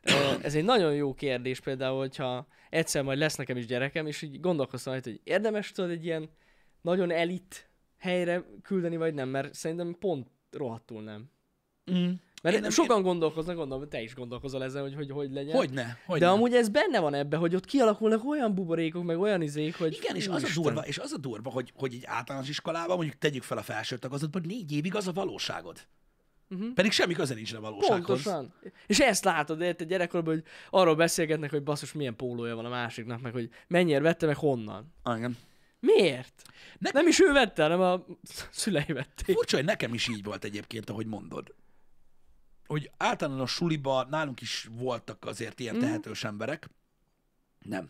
Ez egy nagyon jó kérdés például, hogyha egyszer majd lesz nekem is gyerekem, és így gondolkoztam rajta, hogy érdemes tudod egy ilyen nagyon elit helyre küldeni, vagy nem, mert szerintem pont rohadtul nem. Mm. Mert sokan gondolkoznak, gondolom, hogy te is gondolkozol ezen, hogy legyen. Hogyne. De amúgy ez benne van ebben, hogy ott kialakulnak olyan buborékok, meg olyan izék, hogy... Igen, és az a durva, hogy egy általános iskolában, mondjuk tegyük fel a felső tagozatban, 4 évig az a valóságod. Pedig semmi köze nincs a valósághoz. Pontosan. És ezt látod, érted gyerekkorban, hogy arról beszélgetnek, hogy basszus, milyen pólója van a másiknak, meg hogy mennyire vette, meg honnan. Igen. Miért? Nem is ő vette, hanem a szülei vették. Furcsa, hogy nekem is így volt egyébként, ahogy mondod. Hogy általános suliba nálunk is voltak azért ilyen tehetős emberek. Nem.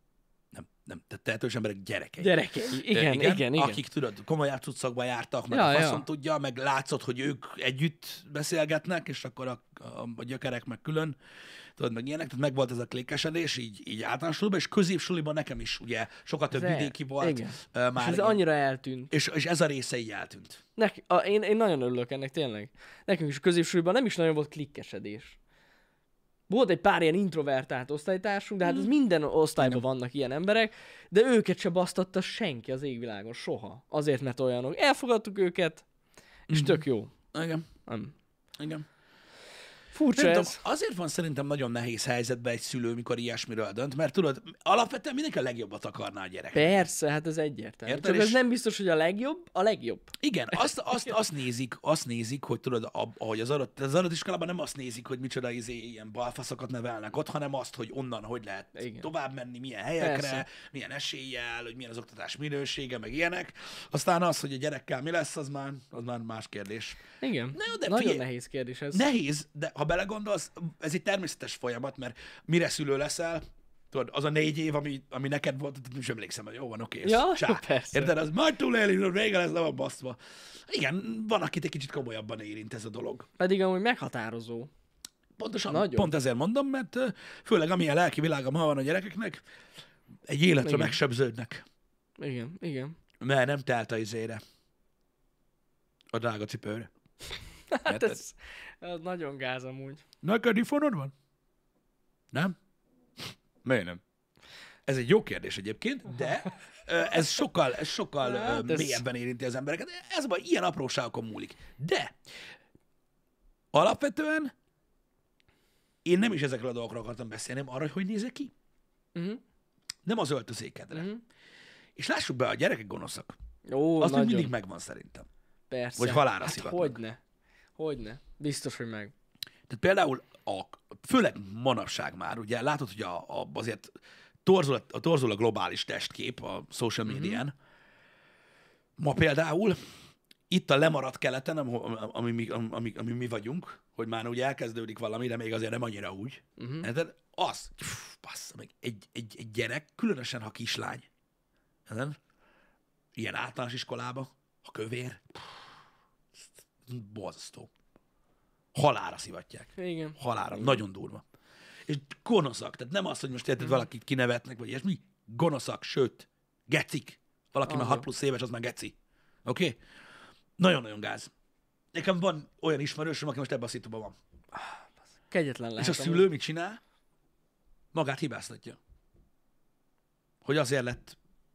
Tehát tehetős emberek gyerekei. Igen. Akik tudod, komoly cuccokba jártak, meg a faszom tudja, meg látszott, hogy ők együtt beszélgetnek, és akkor a gyökerek meg külön, tudod, meg ilyenek, tehát meg volt ez a klikkesedés, így általános suliban, és középsuliban nekem is ugye sokkal több vidéki volt. Igen. Már és ez annyira eltűnt. És ez a része így eltűnt. Én nagyon örülök ennek, tényleg. Nekünk is a középsuliban nem is nagyon volt klikkesedés. Volt egy pár ilyen introvertált osztálytársunk, de hát ez minden osztályban vannak ilyen emberek, de őket se basztatta senki az égvilágon, soha. Azért, mert olyanok. Elfogadtuk őket, és tök jó. Igen. Nem. Igen. Furcsa Nem ez. tudom, azért van szerintem nagyon nehéz helyzetben egy szülő, mikor ilyesmiről dönt, mert tudod, alapvetően mindenki a legjobbat akarná a gyerek. Persze, hát ez egyértelmű. Érted? Csak ez nem biztos, hogy a legjobb. Igen, azt nézik, hogy tudod, ahogy az adott iskolában nem azt nézik, hogy micsoda ilyen balfaszokat nevelnek ott, hanem azt, hogy onnan hogy lehet tovább menni, milyen helyekre, Persze. milyen eséllyel, hogy milyen az oktatás minősége, meg ilyenek. Aztán az, hogy a gyerekkel mi lesz, az már más kérdés. Igen. Na jó, de nagyon figyelj, nehéz kérdés ez. Nehéz, de ha belegondolsz, ez egy természetes folyamat, mert mire szülő leszel, tudod, az a 4 év, ami neked volt, nem is emlékszem, hogy jó van, oké, Ja, csá. persze. Érted, az majd túléli, vége lesz, le van baszva. Igen, van, akit egy kicsit komolyabban érint ez a dolog. Pedig amúgy meghatározó. Pontosan, Nagyon. pont ezért mondom, mert főleg amilyen lelki világa ma van a gyerekeknek, egy életre Igen. megsebződnek, Igen. mert nem telt a izére. A drága cipőre. Hát Érted? ez nagyon gáz amúgy. Neked iPhone-od van? Nem? Miért nem? Ez egy jó kérdés egyébként, de ez sokkal Hát ez- mélyebben érinti az embereket. Ez a baj, ilyen apróságokon múlik. De alapvetően én nem is ezekről a dolgokról akartam beszélni, hanem arra, hogy nézek ki. Uh-huh. Nem az öltözékedre. Uh-huh. És lássuk be, a gyerekek gonoszak. Ó, Az még nagyon. mindig megvan szerintem. Persze. Vagy halálra hát szivatnak. Hogyne. Biztos, hogy meg. Tehát például, főleg manapság már, ugye látod, hogy azért torzul a globális testkép a social médián. Ma például itt a lemaradt keleten, ami mi vagyunk, hogy már ugye elkezdődik valami, de még azért nem annyira úgy. Érted? Bassza meg, egy gyerek, különösen ha kislány, érted? Ilyen általános iskolába, ha kövér, borzasztó. Halálra szivatják. Igen. Halálra. Nagyon durva. És gonoszak. Tehát nem az, hogy most érted, valakit kinevetnek, vagy ilyesmi. Gonoszak, sőt, gecik. Valaki már 6 plusz éves, az már geci. Oké? Okay? Nagyon-nagyon gáz. Nekem van olyan ismerősöm, aki most ebben a szituban van. Kegyetlen lehet. És a szülő mit csinál? Magát hibáztatja. Hogy azért lett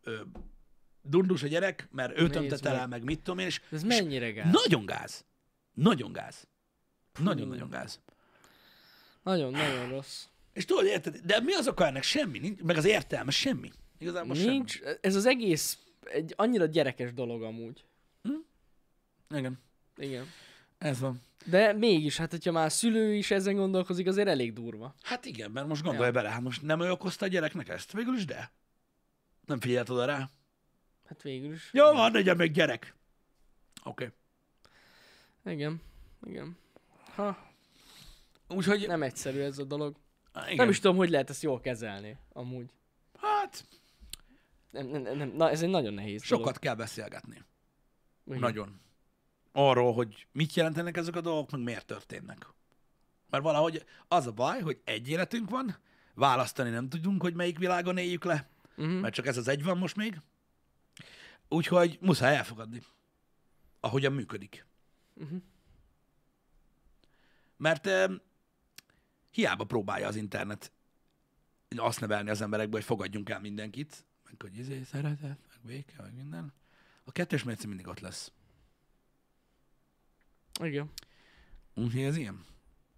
dundus a gyerek, mert ő töntette el, meg mit tudom én. És, Ez mennyire gáz? Nagyon gáz. Nagyon gáz. Nagyon-nagyon gáz. Nagyon rossz. És tudod, érted? De mi az oka ennek? Semmi. Nincs, meg az értelme? Semmi. Igazából Nincs. Ez az egész egy annyira gyerekes dolog amúgy. semmi. Igen. Ez van. De mégis, hát hogyha már szülő is ezen gondolkozik, azért elég durva. Hát igen, mert most gondolj bele, hát most nem ő okozta a gyereknek ezt? Végül is de. Nem figyelt oda rá. Hát végül is. Jó, van, legyen még gyerek. Oké. Igen. Ha, Úgyhogy... nem egyszerű ez a dolog. Igen. Nem is tudom, hogy lehet ezt jól kezelni, amúgy. Hát, Nem. Na, ez egy nagyon nehéz sokat kell beszélgetni. dolog. Nagyon. Arról, hogy mit jelentenek ezek a dolgok, meg miért történnek. Mert valahogy az a baj, hogy egy életünk van, választani nem tudunk, hogy melyik világon éljük le, mert csak ez az egy van most még. Úgyhogy muszáj elfogadni, ahogyan működik. Mert hiába próbálja az internet azt nevelni az emberekbe, hogy fogadjunk el mindenkit, meg hogy szeretet, meg béke, meg minden. A kettős mérce mindig ott lesz. Igen. Úgyhogy ez ilyen.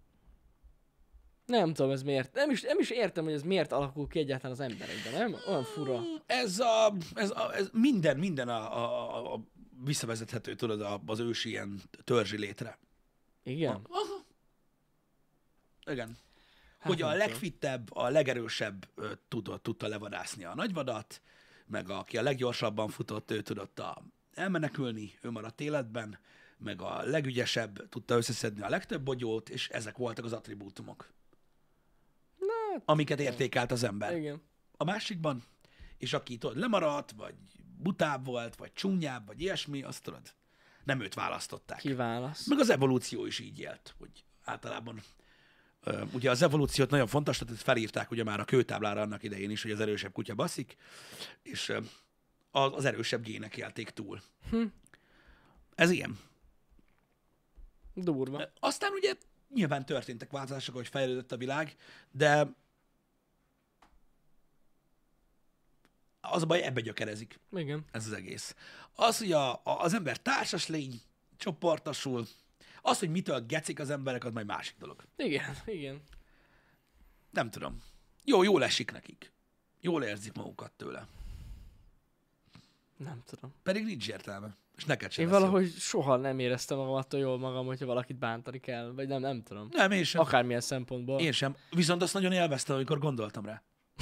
Nem tudom, ez miért. Nem is értem, hogy ez miért alakul ki egyáltalán az emberekben, nem? Olyan fura. Ez minden a visszavezethető, tudod, az ősi ilyen törzsi létre. Igen? Aha. Igen. Hát Hogy a nem tudom. legfittebb, a legerősebb tudta levadászni a nagyvadat, meg aki a leggyorsabban futott, ő tudott elmenekülni, ő maradt életben, meg a legügyesebb tudta összeszedni a legtöbb bogyót, és ezek voltak az attribútumok, amiket értékelt az ember. Igen. A másikban, és aki tudod, lemaradt, vagy butább volt, vagy csúnyább, vagy ilyesmi, azt tudod, nem őt választották. Kiválasz. Meg az evolúció is így élt, hogy általában ugye az evolúciót nagyon fontos, tehát ezt felírták ugye már a kőtáblára annak idején is, hogy az erősebb kutya baszik, és az erősebb gének élték túl. Ez ilyen. Durva. Aztán ugye nyilván történtek változások, hogy fejlődött a világ, de az a baj, ebbe gyökerezik Igen. ez az egész. Az, hogy az ember társas lény, csoportosul, az, hogy mitől gecik az emberek, az majd másik dolog. Igen. Igen. Nem tudom. Jól esik nekik. Jól érzik magukat tőle. Nem tudom. Pedig nincs értelme. És neked sem Én lesz valahogy soha nem éreztem magam attól jól magam, hogyha valakit bántani kell. Vagy nem tudom. jó. Nem, én sem. Akármilyen szempontból. Én sem. Viszont azt nagyon élveztem, amikor gondoltam rá.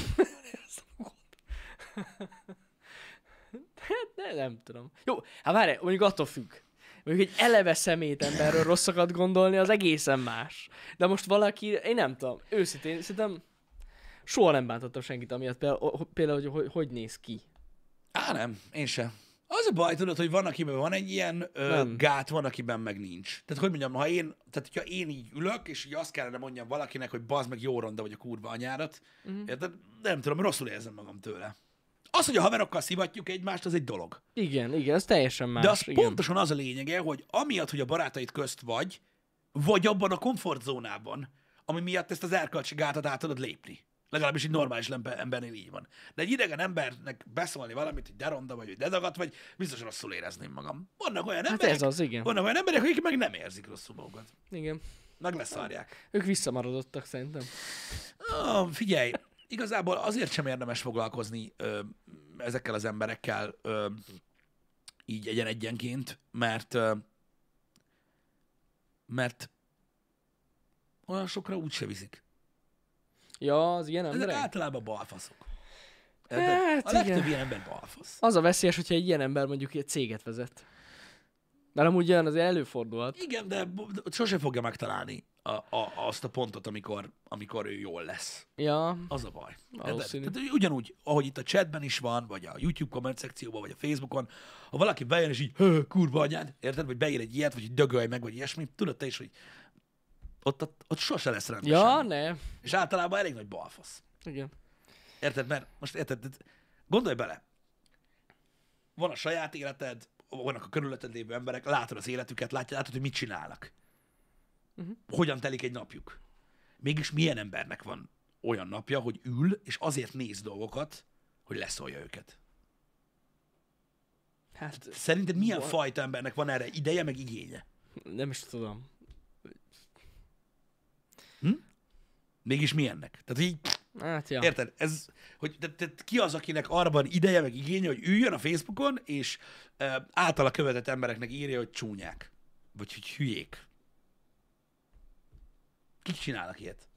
Nem tudom. Jó, hát várj, mondjuk attól függ. Mondjuk egy eleve szemét emberről rosszakat gondolni, az egészen más. De most valaki, én nem tudom, őszintén, szerintem soha nem bántottam senkit amiatt, például hogy néz ki. Nem, én sem. Az a baj, tudod, hogy van, akiben van egy ilyen gát, van, akiben meg nincs. Tehát, hogy mondjam, hogyha én így ülök, és így azt kellene mondjam valakinek, hogy bazd meg jó ronda vagy a kurva anyárat, érted? Nem tudom, rosszul érzem magam tőle. Az, hogy a haverokkal szivatjuk egymást, az egy dolog. Igen, ez teljesen más. De az igen. pontosan az a lényege, hogy amiatt, hogy a barátaid közt vagy abban a komfortzónában, ami miatt ezt az erkölcsi gátat át tudod lépni. Legalábbis egy normális embernél így van. De egy idegen embernek beszólni valamit, hogy de ronda vagy, hogy de dagat vagy, biztos rosszul érezném magam. Vannak olyan emberek, ez az, igen. Vannak olyan emberek, akik meg nem érzik rosszul magukat. Igen. Meg leszarják. Ők visszamaradottak szerintem. Figyelj, igazából azért sem érdemes foglalkozni ezekkel az emberekkel így egyenként, mert olyan sokra úgyse viszik. Ja, az ilyen Ezek emberek? általában balfaszok. Hát A legtöbb igen. ilyen ember balfasz. Az a veszélyes, hogyha egy ilyen ember mondjuk egy céget vezet. Mert amúgy olyan azért előfordulhat. Igen, de sose fogja megtalálni azt a pontot, amikor ő jól lesz. Ja, Az a baj. Valószínű. Tehát ugyanúgy, ahogy itt a chatben is van, vagy a YouTube komment szekcióban, vagy a Facebookon, ha valaki bejön és így, kurva anyád, érted? Vagy beír egy ilyet, vagy dögölj meg, vagy ilyesmi, tudod te is, hogy ott sose lesz rendben ja, semmi. ne. És általában elég nagy balfasz. Igen. Érted? Mert most érted, gondolj bele. Van a saját életed, vannak a körülötted lévő emberek, látod az életüket, látod, hogy mit csinálnak. Hogyan telik egy napjuk. Mégis milyen embernek van olyan napja, hogy ül, és azért néz dolgokat, hogy leszólja őket. Hát Szerinted milyen fajta embernek van erre ideje, meg igénye? nem is tudom. Mégis milyennek? Tehát így, Hát ja. érted? Ez, hogy tehát ki az, akinek arra van ideje, meg igénye, hogy üljön a Facebookon, és általa követett embereknek írja, hogy csúnyák. Vagy hogy hülyék. Kik csinálnak ilyet?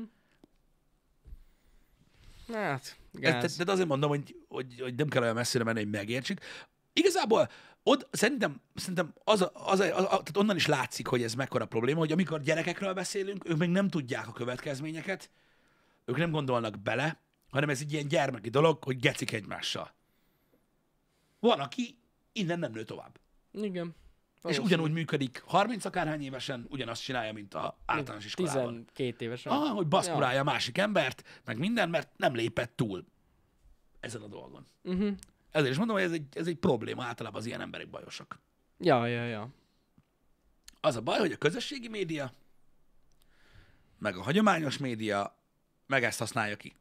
Hát, gáz. Tehát azért mondom, hogy nem kell olyan messzire menni, hogy megértsük. Igazából szerintem tehát onnan is látszik, hogy ez mekkora probléma, hogy amikor gyerekekről beszélünk, ők még nem tudják a következményeket, ők nem gondolnak bele, hanem ez egy ilyen gyermeki dolog, hogy gecik egymással. Van, aki innen nem nő tovább. Igen. És Valószínű. ugyanúgy működik 30 akárhány évesen, ugyanazt csinálja, mint a általános iskolában. 12 évesen. Hogy baszkurálja a másik embert, meg minden, mert nem lépett túl ezen a dolgon. Ezért is mondom, hogy ez egy probléma, általában az ilyen emberek bajosak. Ja. Az a baj, hogy a közösségi média meg a hagyományos média, meg ezt használja ki.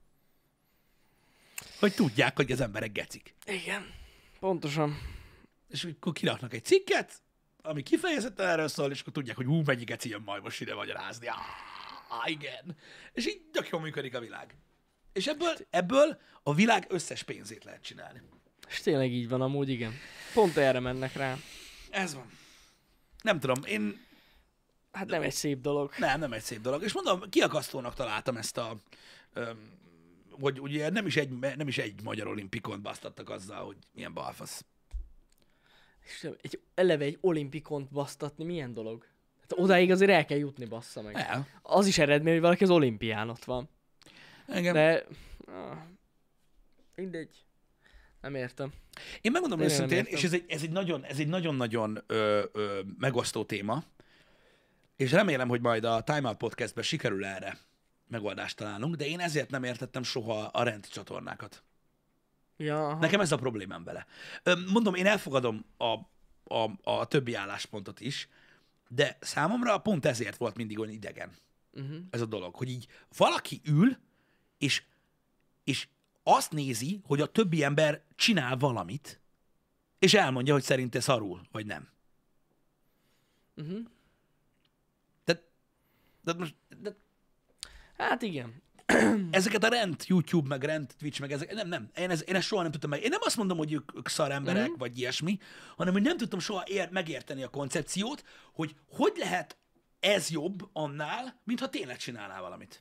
Hogy tudják, hogy az emberek gecik. Igen, pontosan. És akkor kiraknak egy cikket, ami kifejezetten erről szól, és akkor tudják, hogy mennyi geci jön majd most ide magyarázni. Igen. És így tök jól működik a világ. És ebből a világ összes pénzét lehet csinálni. És tényleg így van amúgy, igen. Pont erre mennek rá. Ez van. Nem tudom, Hát nem egy szép dolog. Nem egy szép dolog. És mondom, kiakasztónak találtam ezt hogy ugye nem is egy magyar olimpikont basztattak azzal, hogy milyen balfasz. És eleve egy olimpikont basztatni, milyen dolog? Hát odáig azért el kell jutni, bassza meg. El. Az is eredmény, hogy valaki az olimpián ott van. Igen. De... mindegy. Nem értem. Én megmondom Tényleg őszintén, nem és ez egy nagyon-nagyon megosztó téma, és remélem, hogy majd a Time Out Podcastben sikerül erre megoldást találnunk, de én ezért nem értettem soha a rend csatornákat. Ja, aha. Nekem ez a problémám vele. Mondom, én elfogadom a többi álláspontot is, de számomra pont ezért volt mindig olyan idegen ez a dolog, hogy így valaki ül, és azt nézi, hogy a többi ember csinál valamit, és elmondja, hogy szerinte szarul, vagy nem. De Hát igen. ezeket a rend YouTube, meg rend Twitch, meg ezek, nem. Én ezt soha nem tudtam meg. Én nem azt mondom, hogy ők szar emberek, vagy ilyesmi, hanem hogy nem tudtam soha megérteni a koncepciót, hogy lehet ez jobb annál, mintha tényleg csinálnál valamit.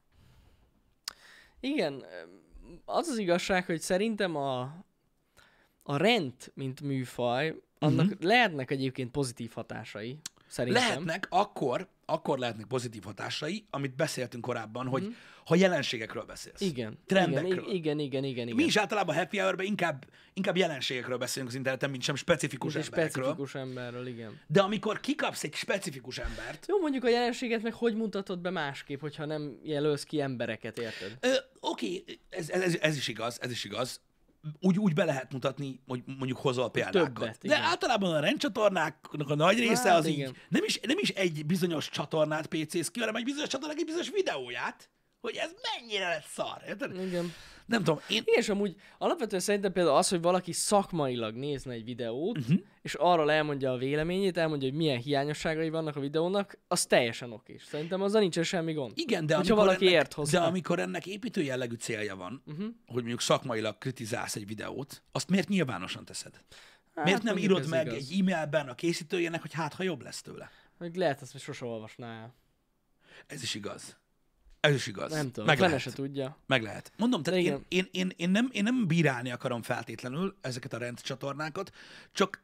Igen, az az igazság, hogy szerintem a rend, mint műfaj, annak lehetnek egyébként pozitív hatásai. Szerintem. Lehetnek, akkor lehetnek pozitív hatásai, amit beszéltünk korábban, hogy ha jelenségekről beszélsz. Igen. Trendekről. Igen. Mi is általában happy hour-ben inkább jelenségekről beszélünk az interneten, mint sem specifikus Egy emberekről. specifikus emberről, igen. De amikor kikapsz egy specifikus embert, Jó, mondjuk a jelenséget meg hogy mutatod be másképp, hogyha nem jelölsz ki embereket, érted? oké, ez is igaz. Úgy be lehet mutatni, hogy mondjuk hozol példákat. Többet, de igen. általában a rendcsatornáknak a nagy része Hát az igen. így nem is egy bizonyos csatornát PC-sz ki, hanem egy bizonyos csatornák egy bizonyos videóját, hogy ez mennyire lett szar. Érted? Igen. Nem tudom, én... Igen, és amúgy alapvetően szerintem például az, hogy valaki szakmailag nézne egy videót, és arról elmondja a véleményét, elmondja, hogy milyen hiányosságai vannak a videónak, az teljesen okés. Szerintem azzal nincsen semmi gond. Igen, de Hogyha amikor, valaki ért hozzá. de amikor ennek építő jellegű célja van, hogy mondjuk szakmailag kritizálsz egy videót, azt miért nyilvánosan teszed? Miért nem mondjuk írod ez meg igaz. egy e-mailben a készítőjének, hogy ha jobb lesz tőle? Meg lehet azt, hogy sose olvasná el. Ez is igaz. Ez is igaz. Nem tudom, Meg fene lehet. se tudja. Meg lehet. Mondom, tehát Igen. én nem bírálni akarom feltétlenül ezeket a rendcsatornákat, csak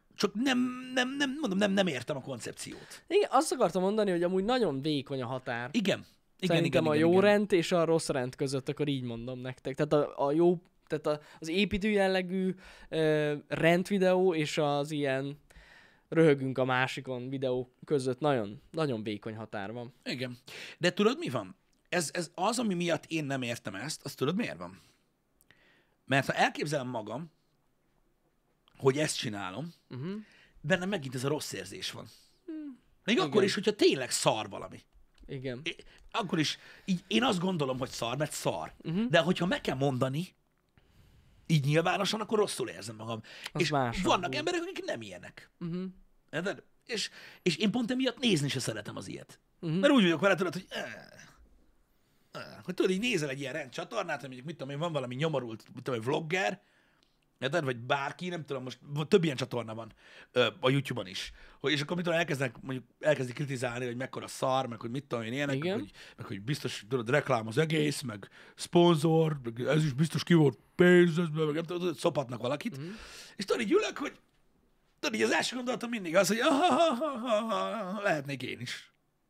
nem értem a koncepciót. Igen, azt akartam mondani, hogy amúgy nagyon vékony a határ. Igen. Szerintem a jó rend és a rossz rend között, akkor így mondom nektek. Tehát a jó, tehát az építő jellegű rendvideó és az ilyen röhögünk a másikon videó között nagyon, nagyon vékony határ van. Igen. De tudod, mi van? Ez az, ami miatt én nem értem ezt, azt tudod, miért van? Mert ha elképzelem magam, hogy ezt csinálom, bennem megint ez a rossz érzés van. Még akkor is, hogyha tényleg szar valami. Igen. Akkor is, így én azt gondolom, hogy szar, mert szar. De hogyha meg kell mondani, így nyilvánosan, akkor rosszul érzem magam. Az és más vannak amúgy. emberek, akik nem ilyenek. Érted? És én pont emiatt nézni se szeretem az ilyet. Mert úgy vagyok vele, tudod, hogy hogy tudod, így nézel egy ilyen rendcsatornát, hogy mondjuk, mit tudom én, van valami nyomorult, mit tudom én, vlogger, érted? Vagy bárki, nem tudom, most több ilyen csatorna van a YouTube-on is. És akkor mit tudom, elkezdik kritizálni, hogy mekkora szar, meg hogy mit tudom én ilyenek, meg hogy biztos, tudod, reklám az egész, meg szponzor, meg ez is biztos ki volt pénz, meg nem tudom, szopatnak valakit. És tudod, így ülök, hogy tudod, így az első gondolatom mindig az, hogy lehetnék én is.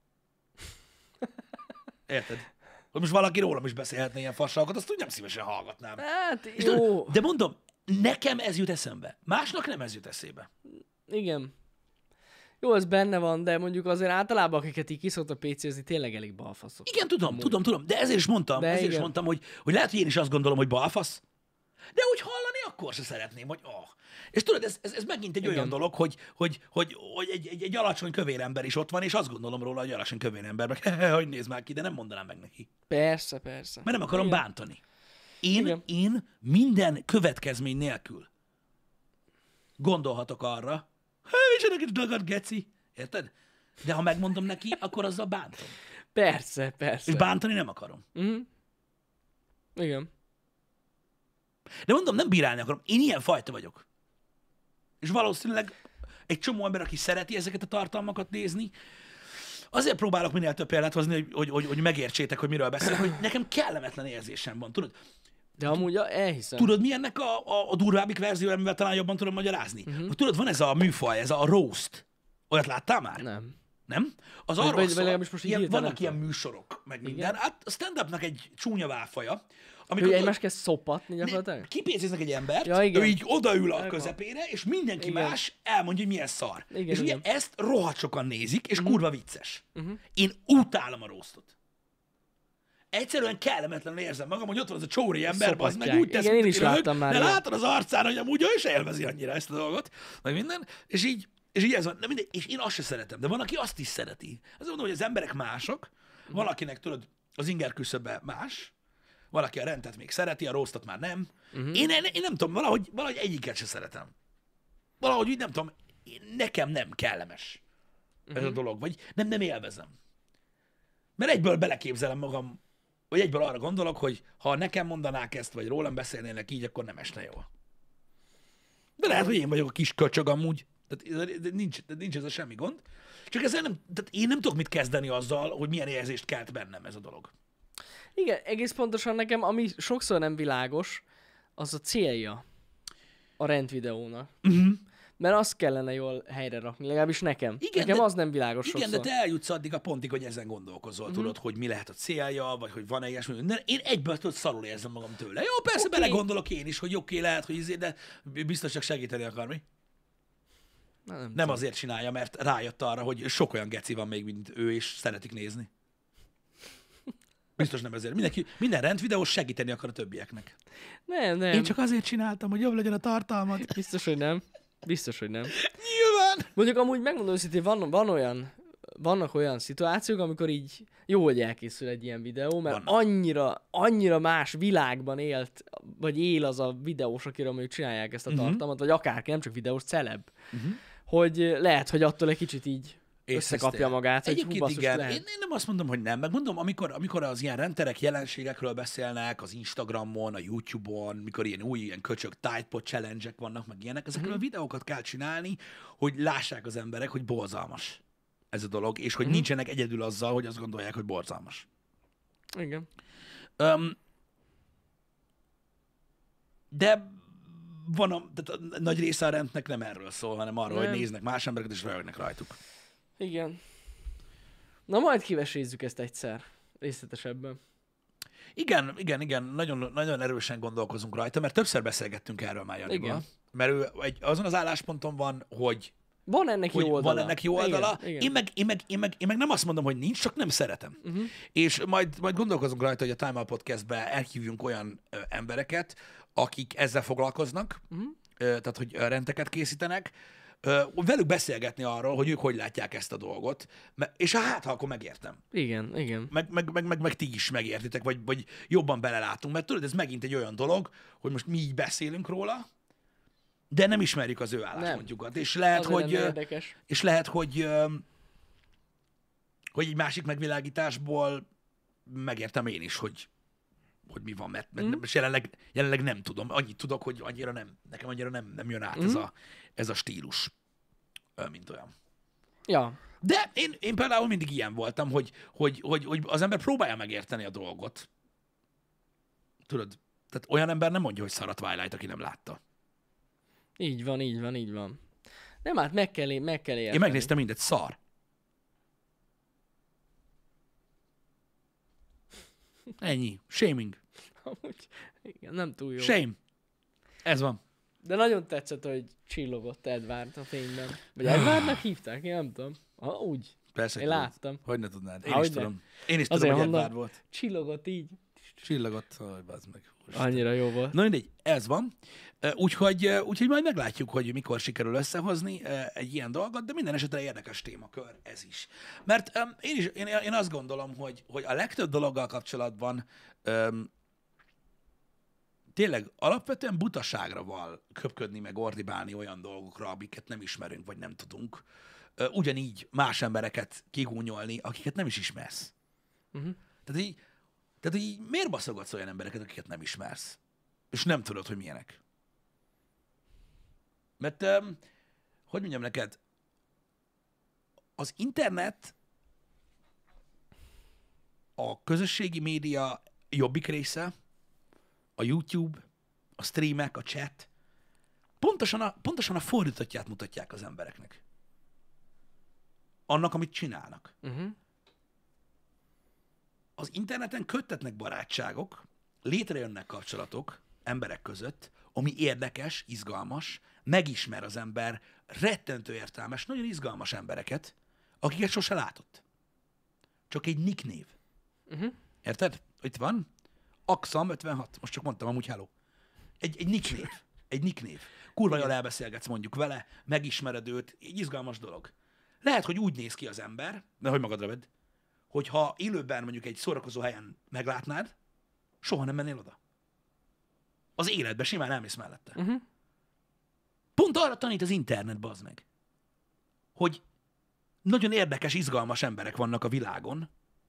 Érted? Hogy most valaki rólam is beszélhetne ilyen fasságokat, azt úgy nem szívesen hallgatnám. Hát És jó. tudod, de mondom, nekem ez jut eszembe. Másnak nem ez jut eszébe. Igen. Jó, ez benne van, de mondjuk azért általában, akiket így kiszoktak PC-zni, tényleg elég balfaszok. Igen, tudom, de ezért is mondtam, De igen. hogy lehet, hogy én is azt gondolom, hogy balfasz, de úgy hallani akkor se szeretném, hogy És tudod, ez megint egy olyan dolog, hogy egy alacsony kövér ember is ott van, és azt gondolom róla, hogy alacsony kövér ember, meg hogy néz már ki, de nem mondanám meg neki. Persze. Mert nem akarom bántani. Igen. Én minden következmény nélkül gondolhatok arra, micsoda kis dagad, geci. Érted? De ha megmondom neki, akkor azzal bántom. Persze. És bántani nem akarom. Igen. De mondom, nem bírálni akarom. Én ilyen fajta vagyok. És valószínűleg egy csomó ember, aki szereti ezeket a tartalmakat nézni, azért próbálok minél több példát hozni, hogy megértsétek, hogy miről beszélek, hogy nekem kellemetlen érzésem van, tudod? De amúgy elhiszem. Tudod, mi ennek a durvábbik verzió, amivel talán jobban tudom magyarázni? Tudod, van ez a műfaj, ez a roast. Olyat láttál már? Nem? Az arról szól, vannak ilyen műsorok, meg minden. Hát a stand-upnak egy csúnya válfaja. Amikor ő egymás kezd szopatni gyakorlatilag? Kipécéznek egy embert, ő így odaül a közepére, és mindenki más elmondja, hogy milyen szar. És ugye ezt rohadt sokan nézik, és kurva vicces. Én utálom a roastot. Egyszerűen kellemetlenül érzem magam, hogy ott van az a csóri ember, az meg úgy tesz, én is láttam már. De látod az arcán, hogy amúgy ő is élvezi annyira ezt a dolgot, meg minden, és így ez van. És én azt se szeretem, de van, aki azt is szereti. Azt mondom, hogy az emberek mások, valakinek tudod, az inger küszöbe más, valaki a rendet még szereti, a roastot már nem. Én nem tudom, valahogy egyiket se szeretem. Valahogy úgy nem tudom, nekem nem kellemes ez a dolog, vagy nem élvezem. Mert egyből beleképzelem magam, vagy egyből arra gondolok, hogy ha nekem mondanák ezt, vagy rólam beszélnének így, akkor nem esne jól. De lehet, hogy én vagyok a kis köcsög amúgy. Tehát nincs ez a semmi gond. Csak ezzel tehát én nem tudok mit kezdeni azzal, hogy milyen érzést kelt bennem ez a dolog. Igen, egész pontosan nekem, ami sokszor nem világos, az a célja a rendvideónak. Mert azt kellene jól helyre rakni, legalábbis nekem. Igen, nekem az nem világos sokszor. Igen, de te eljutsz addig a pontig, hogy ezen gondolkozol, tudod, hogy mi lehet a célja, vagy hogy van-e ilyesmi. De én egyből tudod, szarul érzem magam tőle. Jó, persze belegondolok én is, hogy oké, lehet, hogy de biztos csak segíteni akar, mi? Nem azért csinálja, mert rájött arra, hogy sok olyan geci van még, mint ő, és szeretik nézni. Biztos nem ezért. Minden rendvideós segíteni akar a többieknek. Nem. Én csak azért csináltam, hogy jobb legyen a tartalmat. Biztos, hogy nem. Nyilván. Mondjuk amúgy megmondom őszintén, vannak olyan szituációk, amikor így jó, hogy elkészül egy ilyen videó, mert annyira más világban él az a videós, akiről mondjuk csinálják ezt a tartalmat, vagy akárki, nem csak videós, celeb, hogy lehet, hogy attól egy kicsit így összekapja magát, hogy hú, basszus, igen. Én nem azt mondom, hogy nem. Megmondom, amikor az ilyen renderek jelenségekről beszélnek, az Instagramon, a YouTube-on, mikor ilyen köcsög Tide challenge-ek vannak, meg ilyenek, ezekről a videókat kell csinálni, hogy lássák az emberek, hogy borzalmas ez a dolog, és hogy nincsenek egyedül azzal, hogy azt gondolják, hogy borzalmas. Igen. De tehát a nagy része a rendnek nem erről szól, hanem arról, hogy néznek más embereket, és röhögnek rajtuk. Igen. Na majd kivesézzük ezt egyszer, részletesebben. Igen, nagyon, nagyon erősen gondolkozunk rajta, mert többször beszélgettünk erről már Janival. Mert ő azon az állásponton van, hogy van ennek jó oldala. Igen. Én meg nem azt mondom, hogy nincs, csak nem szeretem. És majd gondolkozunk rajta, hogy a Time Out Podcastbe elhívjunk olyan embereket, akik ezzel foglalkoznak, tehát hogy rendeket készítenek, velük beszélgetni arról, hogy ők hogy látják ezt a dolgot, és ha akkor megértem. Igen. Meg ti is megértitek, vagy jobban belelátunk, mert tudod, ez megint egy olyan dolog, hogy most mi így beszélünk róla, de nem ismerjük az ő álláspontjukat. És lehet, hogy egy másik megvilágításból megértem én is, hogy mi van, mert most jelenleg nem tudom. Annyit tudok, hogy nekem annyira nem jön át ez a stílus, mint olyan. Ja. De én például mindig ilyen voltam, hogy az ember próbálja megérteni a dolgot. Tudod, tehát olyan ember nem mondja, hogy szar a Twilight, aki nem látta. Így van. Nem, hát meg kell érteni. Én megnéztem mindet, szar. Ennyi. Shaming. Amúgy, igen, nem túl jó. Shame. Ez van. De nagyon tetszett, hogy csillogott Edward a fényben. Vagy Edwardnak hívták? Én nem tudom. Úgy. Persze. Én láttam. Hogy ne tudnád? Én is tudom, hogy Edward volt. Csillogott így. Csillagot, bazd meg. Annyira jó volt. Na mindegy, ez van. Úgyhogy majd meglátjuk, hogy mikor sikerül összehozni egy ilyen dolgot, de minden esetre érdekes témakör ez is. Mert én azt gondolom, hogy a legtöbb dologgal kapcsolatban tényleg alapvetően butaságra val köpködni, meg ordibálni olyan dolgokra, amiket nem ismerünk, vagy nem tudunk. Ugyanígy más embereket kigúnyolni, akiket nem is ismersz. Uh-huh. Tehát így miért baszogatsz olyan embereket, akiket nem ismersz? És nem tudod, hogy milyenek. Mert, hogy mondjam neked, az internet a közösségi média jobbik része, a YouTube, a streamek, a chat, pontosan a fordítottját mutatják az embereknek. Annak, amit csinálnak. Uh-huh. Az interneten köttetnek barátságok, létrejönnek kapcsolatok emberek között, ami érdekes, izgalmas, megismer az ember rettentő értelmes, nagyon izgalmas embereket, akiket sose látott. Csak egy nicknév. Uh-huh. Érted? Itt van. Axam 56. Most csak mondtam amúgy hello. Egy nicknév. Egy nicknév. Kurva jól elbeszélgetsz mondjuk vele, megismered őt, egy izgalmas dolog. Lehet, hogy úgy néz ki az ember, de hogy magadra vedd, hogyha élőben mondjuk egy szórakozó helyen meglátnád, soha nem mennél oda. Az életben simán elmész mellette. Uh-huh. Pont arra tanít az internet, bazd meg, hogy nagyon érdekes, izgalmas emberek vannak a világon,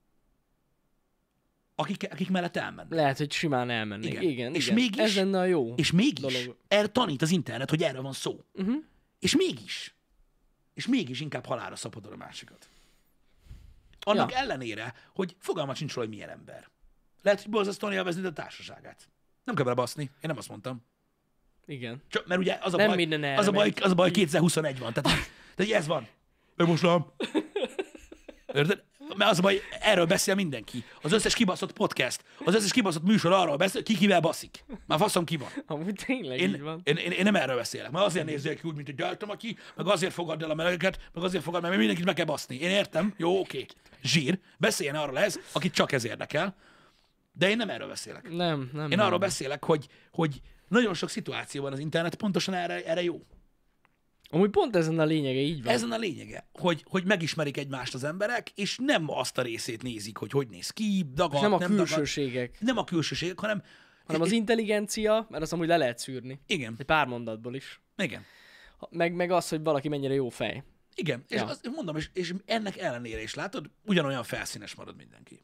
akik mellett elmennek. Lehet, hogy simán elmennék. Igen. És igen. mégis, ez lenne a jó és mégis dolog. erre tanít az internet, hogy erről van szó. Uh-huh. És mégis inkább halálra szapodod a másikat. Annak ellenére, hogy fogalmat sincs róla, hogy milyen ember. Lehet, hogy borzasztóan élvezni a társaságát. Nem kell bele baszni, én nem azt mondtam. Igen. Csak, mert ugye az a Nem baj, minden erre az a baj, megy. az a baj 2021 van. Tehát ez van. Meg most nem. Érted? Mert az a baj, erről beszél mindenki. Az összes kibaszott podcast, az összes kibaszott műsor arról beszél, ki kivel baszik. Már faszom ki van. Amúgy tényleg így van. Én nem erről beszélek. Mert azért nézzék ki úgy, mint hogy gyártom aki, meg azért fogadd el a melegeket, meg azért fogadd, mert mindenkit meg kell baszni. Én értem, jó, oké. Zsír, beszéljen arról ez, akit csak ez érdekel. De én nem erről beszélek. Nem. Én arról beszélek, hogy nagyon sok szituációban az internet pontosan erre jó. Amúgy pont ezen a lényege, így van. Ezen a lényege, hogy megismerik egymást az emberek, és nem azt a részét nézik, hogy néz ki, dagad, És nem a dagad. külsőségek, Nem a külsőségek, hanem hanem az intelligencia, mert azt amúgy le lehet szűrni. igen, Egy pár mondatból is. igen. Meg az, hogy valaki mennyire jó fej. Igen, és Ja. azt mondom, és ennek ellenére is látod, ugyanolyan felszínes marad mindenki.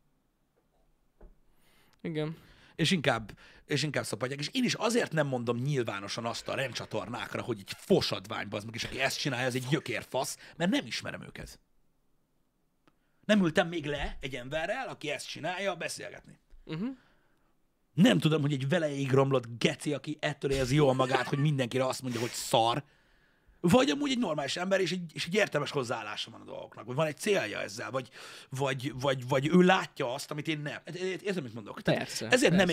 Igen. És inkább szapadják. És én is azért nem mondom nyilvánosan azt a rendcsatornákra, hogy egy fosadvány, bazd meg, és aki ezt csinálja, ez egy gyökérfasz, mert nem ismerem őket. Nem ültem még le egy emberrel, aki ezt csinálja, beszélgetni. Uh-huh. Nem tudom, hogy egy veleig romlott geci, aki ettől érzi jól magát, hogy mindenkire azt mondja, hogy szar, vagy amúgy egy normális ember, és egy értelmes hozzáállása van a dolgoknak, vagy van egy célja ezzel, vagy ő látja azt, amit én nem. Értem, mit mondok? Persze, Ezért persze.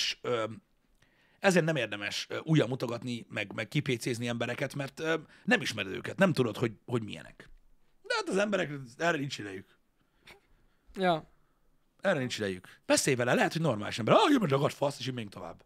nem érdemes újra mutogatni, meg kipécézni embereket, mert nem ismered őket, nem tudod, hogy milyenek. De hát az emberek, erre nincs idejük. Ja. Erre nincs idejük. Beszélj vele, lehet, hogy normális ember. Jön, mert ragad fasz, és így még tovább.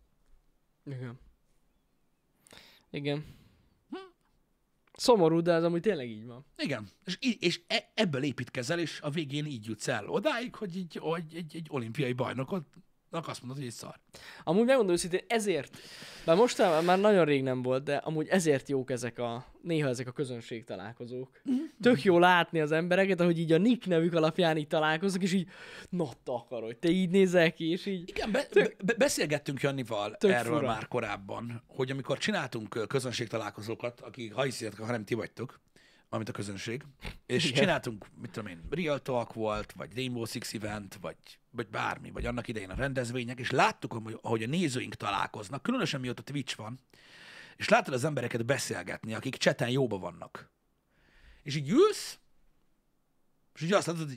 Igen. Szomorú, de ez amúgy tényleg így van. Igen. És ebből építkezel, és a végén így jutsz el odáig, hogy egy olimpiai bajnoknak azt mondod, hogy egy szar. Amúgy megmondom őszintén, ezért, bár most már nagyon rég nem volt, de amúgy ezért jók néha ezek a közönség találkozók. Tök jó látni az embereket, ahogy így a nick nevük alapján így találkoznak, és így, na takarod, te így nézel ki, és így... Igen, beszélgettünk Jannival erről fura. már korábban, hogy amikor csináltunk közönségtalálkozókat, akik, ha hiszitek, ha nem ti vagytok, amit a közönség, és Igen. csináltunk, mit tudom én, Real Talk volt, vagy Rainbow Six Event, vagy bármi, vagy annak idején a rendezvények, és láttuk, ahogy a nézőink találkoznak, különösen mióta Twitch van, és látod az embereket beszélgetni, akik chaten jóba vannak. És így ülsz, és így azt látod, hogy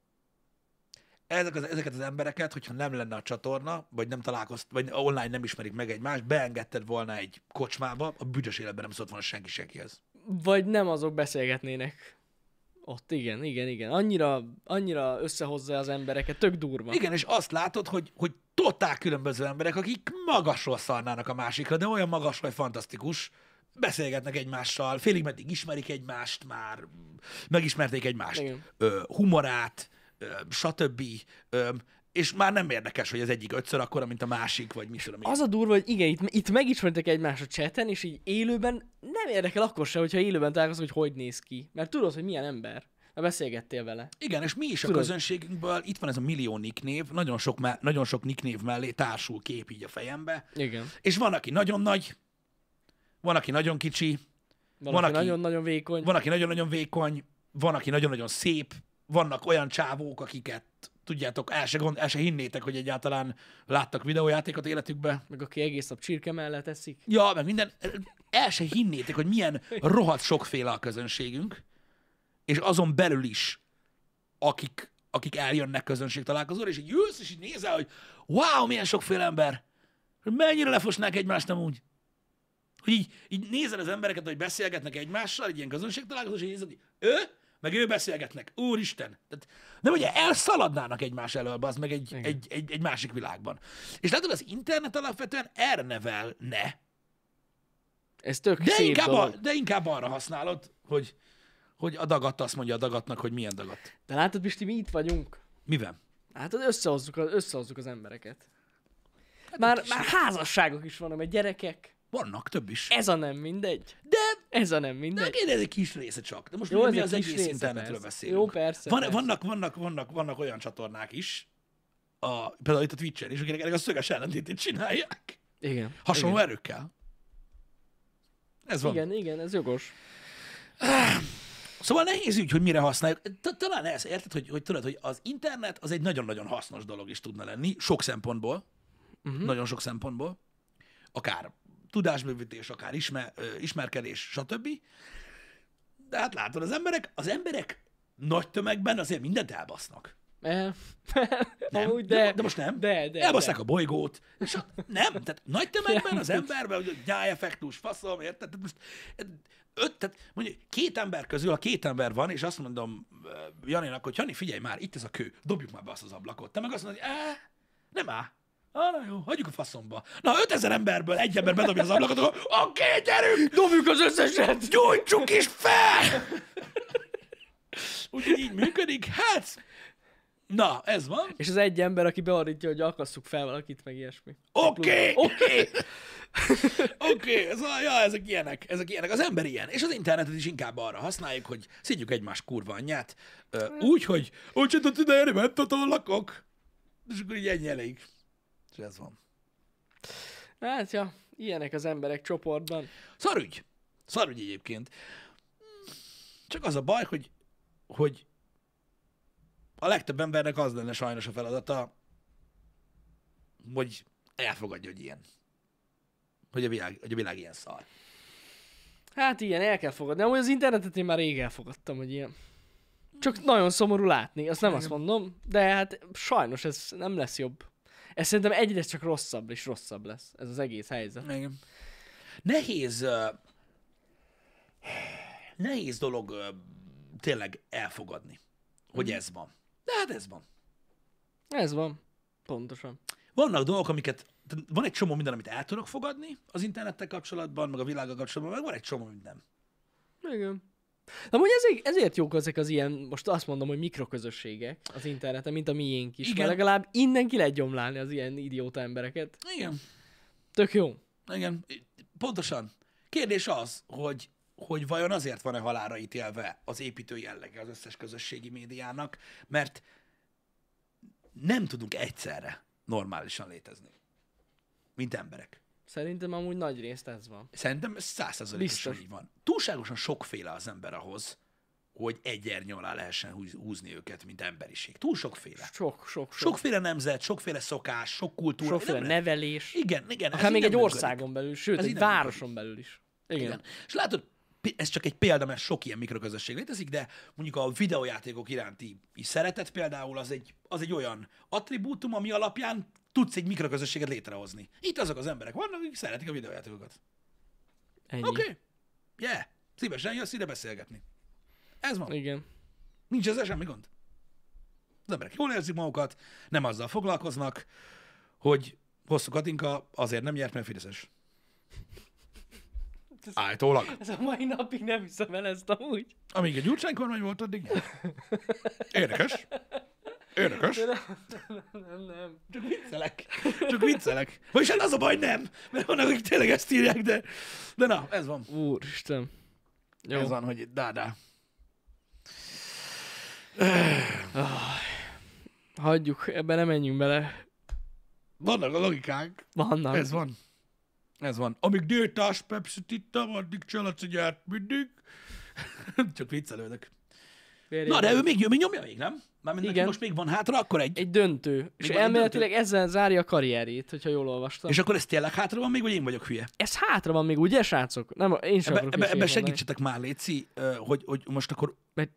ezeket az embereket, hogyha nem lenne a csatorna, vagy nem vagy online nem ismerik meg egymást, beengedted volna egy kocsmába, a büdös életben nem szólt volna senki senkihez. Vagy nem azok beszélgetnének Ott igen. Annyira összehozza az embereket, tök durva. Igen, és azt látod, hogy totál különböző emberek, akik magasról szarnának a másikra, de olyan magasról, hogy fantasztikus, beszélgetnek egymással, félig meddig ismerik egymást már, megismerték egymást, Igen. humorát, stb. És már nem érdekes, hogy az egyik 5-ször akkora, mint a másik, vagy mi tudom én. Az a durva, hogy igen, itt megismertek egymást a chaten, és így élőben nem érdekel akkor se, hogyha élőben találkozol, hogy néz ki. Mert tudod, hogy milyen ember. Mert beszélgettél vele. Igen, és mi is a Tudod. közönségünkből, itt van ez a millió nicknév, nagyon sok nicknév mellé társul kép így a fejembe, Igen. és van, aki nagyon nagy, van, aki nagyon kicsi, Valaki aki- nagyon-nagyon vékony. van, aki nagyon-nagyon vékony, van, aki nagyon-nagyon szép, vannak olyan csávók, akiket, tudjátok, el se hinnétek, hogy egyáltalán láttak videójátékot életükbe. Meg aki egész nap csirke mellett eszik. Ja, meg minden, el se hinnétek, hogy milyen rohadt sokféle a közönségünk, és azon belül is, akik eljönnek közönségtalálkozóra, és így ülsz, és így nézel, hogy wow, milyen sokféle ember, hogy mennyire lefosnák egymást amúgy. Hogy így nézel az embereket, hogy beszélgetnek egymással, egy ilyen közönségtalálkozó, és így nézed, hogy meg ő beszélgetnek. Úristen! Tehát nem ugye elszaladnának egymás elől, az meg egy másik világban. És látod, az internet alapvetően erre nevelne, Ez tök szép dolog. de inkább arra használod, hogy a dagat azt mondja a dagatnak, hogy milyen dagat. De látod, Pisti, mi itt vagyunk. Mivel? Látod, összehozzuk az embereket. Már házasságok is vannak, mert gyerekek. Vannak több is. Ez a nem mindegy. De Ez a nem mindegy. ez egy kis része csak. De most Jó, mi ez az egy kis egész része, internetről persze. beszélünk. Jó, persze, persze. Vannak olyan csatornák is, például itt a Twitch-en is, akik a szöges ellentétét csinálják. Igen. Hasonló erőkkel. Ez van. Igen, ez jogos. Szóval nehéz ügy, hogy mire használjuk. Talán ez, érted, hogy tudod, hogy az internet az egy nagyon-nagyon hasznos dolog is tudna lenni, sok szempontból, nagyon sok szempontból, akár tudásbővítés, akár ismerkedés, stb. De hát látod, az emberek nagy tömegben azért mindent elbasznak. Nem, Amúgy, de most nem. De. Elbaszták a bolygót. És nem, tehát nagy tömegben az emberben, hogy nyájeffektus, faszom, érted? Tehát most tehát mondjuk 2 ember közül, ha 2 ember van, és azt mondom Janinak, hogy Jani, figyelj már, itt ez a kő, dobjuk már be azt az ablakot. Te meg azt mondod, hogy nem áll. Na jó, hagyjuk a faszomba. Na, 5000 emberből egy ember bedobja az ablakot, akkor oké, gyerünk! Dobjuk az összeset! Gyújtsuk is fel! Úgyhogy így működik. Hát, na, ez van. És az egy ember, aki beordítja, hogy akasszuk fel valakit, meg ilyesmi. Oké. Ezek ilyenek. Az ember ilyen. És az internetet is inkább arra használjuk, hogy szidjuk egymás kurva anyját. Úgy, hogy se tudsz idejönni, mert ott lakok. És akkor így ennyi elég. És ez van. Hát, ja, ilyenek az emberek csoportban. Szarügy egyébként. Csak az a baj, hogy a legtöbb embernek az lenne sajnos a feladata, hogy elfogadja, hogy ilyen. Hogy a világ ilyen szar. Hát ilyen, el kell fogadni. Amúgy az internetet én már rég elfogadtam, hogy ilyen. Csak nagyon szomorú látni, azt nem azt mondom, de hát sajnos ez nem lesz jobb. Ez szerintem egyre csak rosszabb és rosszabb lesz, ez az egész helyzet. Igen. Nehéz dolog tényleg elfogadni, hogy ez van. De hát ez van. Ez van. Pontosan. Vannak dolgok, van egy csomó minden, amit el tudok fogadni az internettel kapcsolatban, meg a világgal kapcsolatban, meg van egy csomó minden. Igen. De amúgy ezért jók ezek az ilyen, most azt mondom, hogy mikroközösségek az interneten, mint a miénk is. Igen. Mert legalább innen ki lehet gyomlálni az ilyen idióta embereket. Igen. Tök jó. Igen. Pontosan. Kérdés az, hogy vajon azért van-e halálra ítélve az építő jellege az összes közösségi médiának, mert nem tudunk egyszerre normálisan mint emberek. Szerintem amúgy nagy részt ez van. Szerintem ez 100%-osan Biztos. így van. Túlságosan sokféle az ember ahhoz, hogy egy ernyő alá lehessen húzni őket, mint emberiség. Túl sokféle. Sok. Sokféle nemzet, sokféle szokás, sok kultúra. Sokféle Nem- nevelés. Igen. Akár ez még így egy nem országon belül, sőt, Ez így egy nem városon belül is. Igen. És látod, ez csak egy példa, mert sok ilyen mikroközösség létezik, de mondjuk a videójátékok iránti szeretet például az egy olyan attribútum, ami alapján tudsz egy mikroközösséget létrehozni. Itt azok az emberek vannak, akik szeretik a videójátékokat. Ennyi. Oké. Yeah. Szívesen jössz ide beszélgetni. Ez van. Igen. Nincs ezzel semmi gond. Az emberek jól érzik magukat, nem azzal foglalkoznak, hogy Hosszú Katinka azért nem nyert, mert fideszes. Állítólag. Ez a mai napig nem hiszem el ezt amúgy. Amíg egy Gyurcsány kormány volt, addig. Érdekes. Érdekes. Nem. Csak viccelek. Vagyis hát az a baj, nem. Mert vannak, akik tényleg ezt írják, de na, ez van. Úristen. Jó. Ez van, hogy dá. Hagyjuk, ebben nem menjünk bele. Vannak a logikánk. Vannak. Ez van. Ez van. Amíg détás Pepsi-t ittam, addig Csalaci gyárt mindig. Csak viccelődök. Na, de ő még nyomja még, nem? Mármint neki most még van hátra, akkor egy döntő. És elméletileg ezzel zárja a karrierjét, hogyha jól olvastam. És akkor ez tényleg hátra van még, vagy én vagyok hülye? Ez hátra van még, ugye, srácok? Nem, én sem akarok Ebben segítsetek már, Léci, hogy most akkor...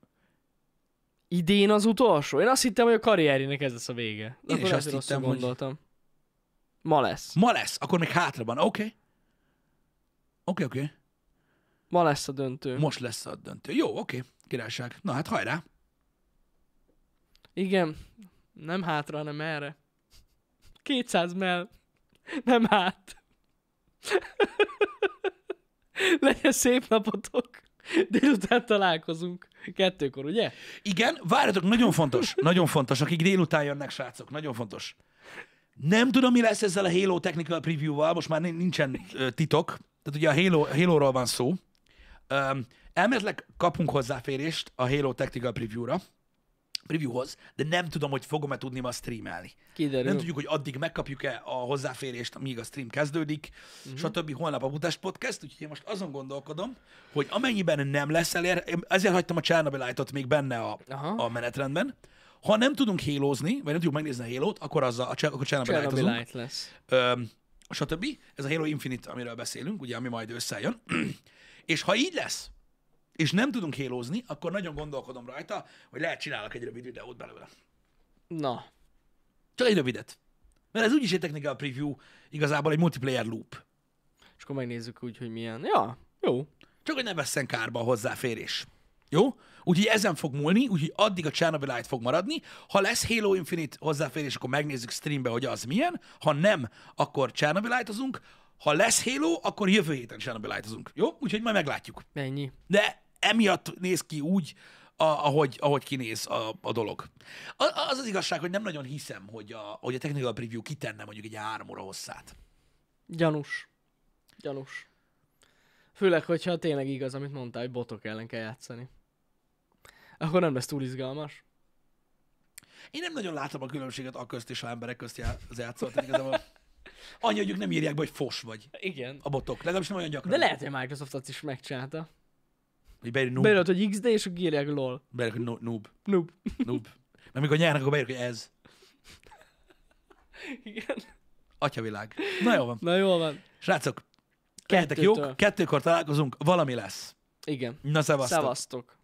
Idén az utolsó? Én azt hittem, hogy a karrierjének ez lesz a vége. Én is azt hittem, hogy... gondoltam. Ma lesz. Ma lesz, akkor még hátra van. Oké. Ma lesz a döntő. Most lesz a döntő. Jó, oké. Királyság. Na hát hajrá. Igen. Nem hátra, hanem erre. 200 mell. Nem hát. Legyen szép napotok. Délután találkozunk. 2-kor, ugye? Igen, várjatok, nagyon fontos, akik délután jönnek, srácok, nagyon fontos. Nem tudom, mi lesz ezzel a Halo Technical Preview-val, most már nincsen titok, tehát ugye a Halo-ról van szó. Elméletileg kapunk hozzáférést a Halo Technical Previewhoz, de nem tudom, hogy fogom-e tudni ma streamelni. Kiderül. Nem tudjuk, hogy addig megkapjuk-e a hozzáférést, míg a stream kezdődik, stb. Holnap a Butás Podcast, úgyhogy én most azon gondolkodom, hogy amennyiben nem lesz ezért hagytam a Chernobylite-ot még benne a menetrendben. Ha nem tudunk halozni, vagy nem tudjuk megnézni a Halo-t, akkor akkor Chernobylite lesz. Stb. Ez a Halo Infinite, amiről beszélünk, ugye, ami majd összejön. És ha így lesz, és nem tudunk halozni, akkor nagyon gondolkodom rajta, hogy lehet csinálok egy rövid videót belőle. Na. Csak egy rövidet. Mert ez úgyis egy technical preview, igazából egy multiplayer loop. És akkor megnézzük úgy, hogy milyen. Ja, jó. Csak hogy ne vesszen kárba a hozzáférés. Jó? Úgyhogy ezen fog múlni, úgyhogy addig a Chernobylite fog maradni. Ha lesz Halo Infinite hozzáférés, akkor megnézzük streambe, hogy az milyen. Ha nem, akkor Chernobylite-ozunk. Ha lesz Halo, akkor jövő héten Chernobylite-ozunk. Jó? Úgyhogy majd meglátjuk. Ennyi. De emiatt néz ki úgy, ahogy kinéz a dolog. Az igazság, hogy nem nagyon hiszem, hogy a technical preview kitenne mondjuk egy 3 óra hosszát. Gyanús. Főleg, hogyha tényleg igaz, amit mondtál, hogy botok ellen kell játszani. Akkor nem lesz túl izgalmas. Én nem nagyon látom a különbséget a közt és a emberek közt az játszol. Igazából annyi, hogy ők nem írják be, hogy fos vagy. Igen. A botok. Legalábbis nem olyan gyakran. De lehet, hogy Microsoft azt is megcsinálta. Hogy beírj noob. Beírod, hogy XD, és akkor írják LOL. Beírják, hogy noob. Noob. Mert amikor nyernek, akkor beírják, hogy ez. Igen. Atyavilág. Na jól van. Srácok, legyetek jók, 2-kor találkozunk, valami lesz. Igen. Na, szevasztok. Szevasztok.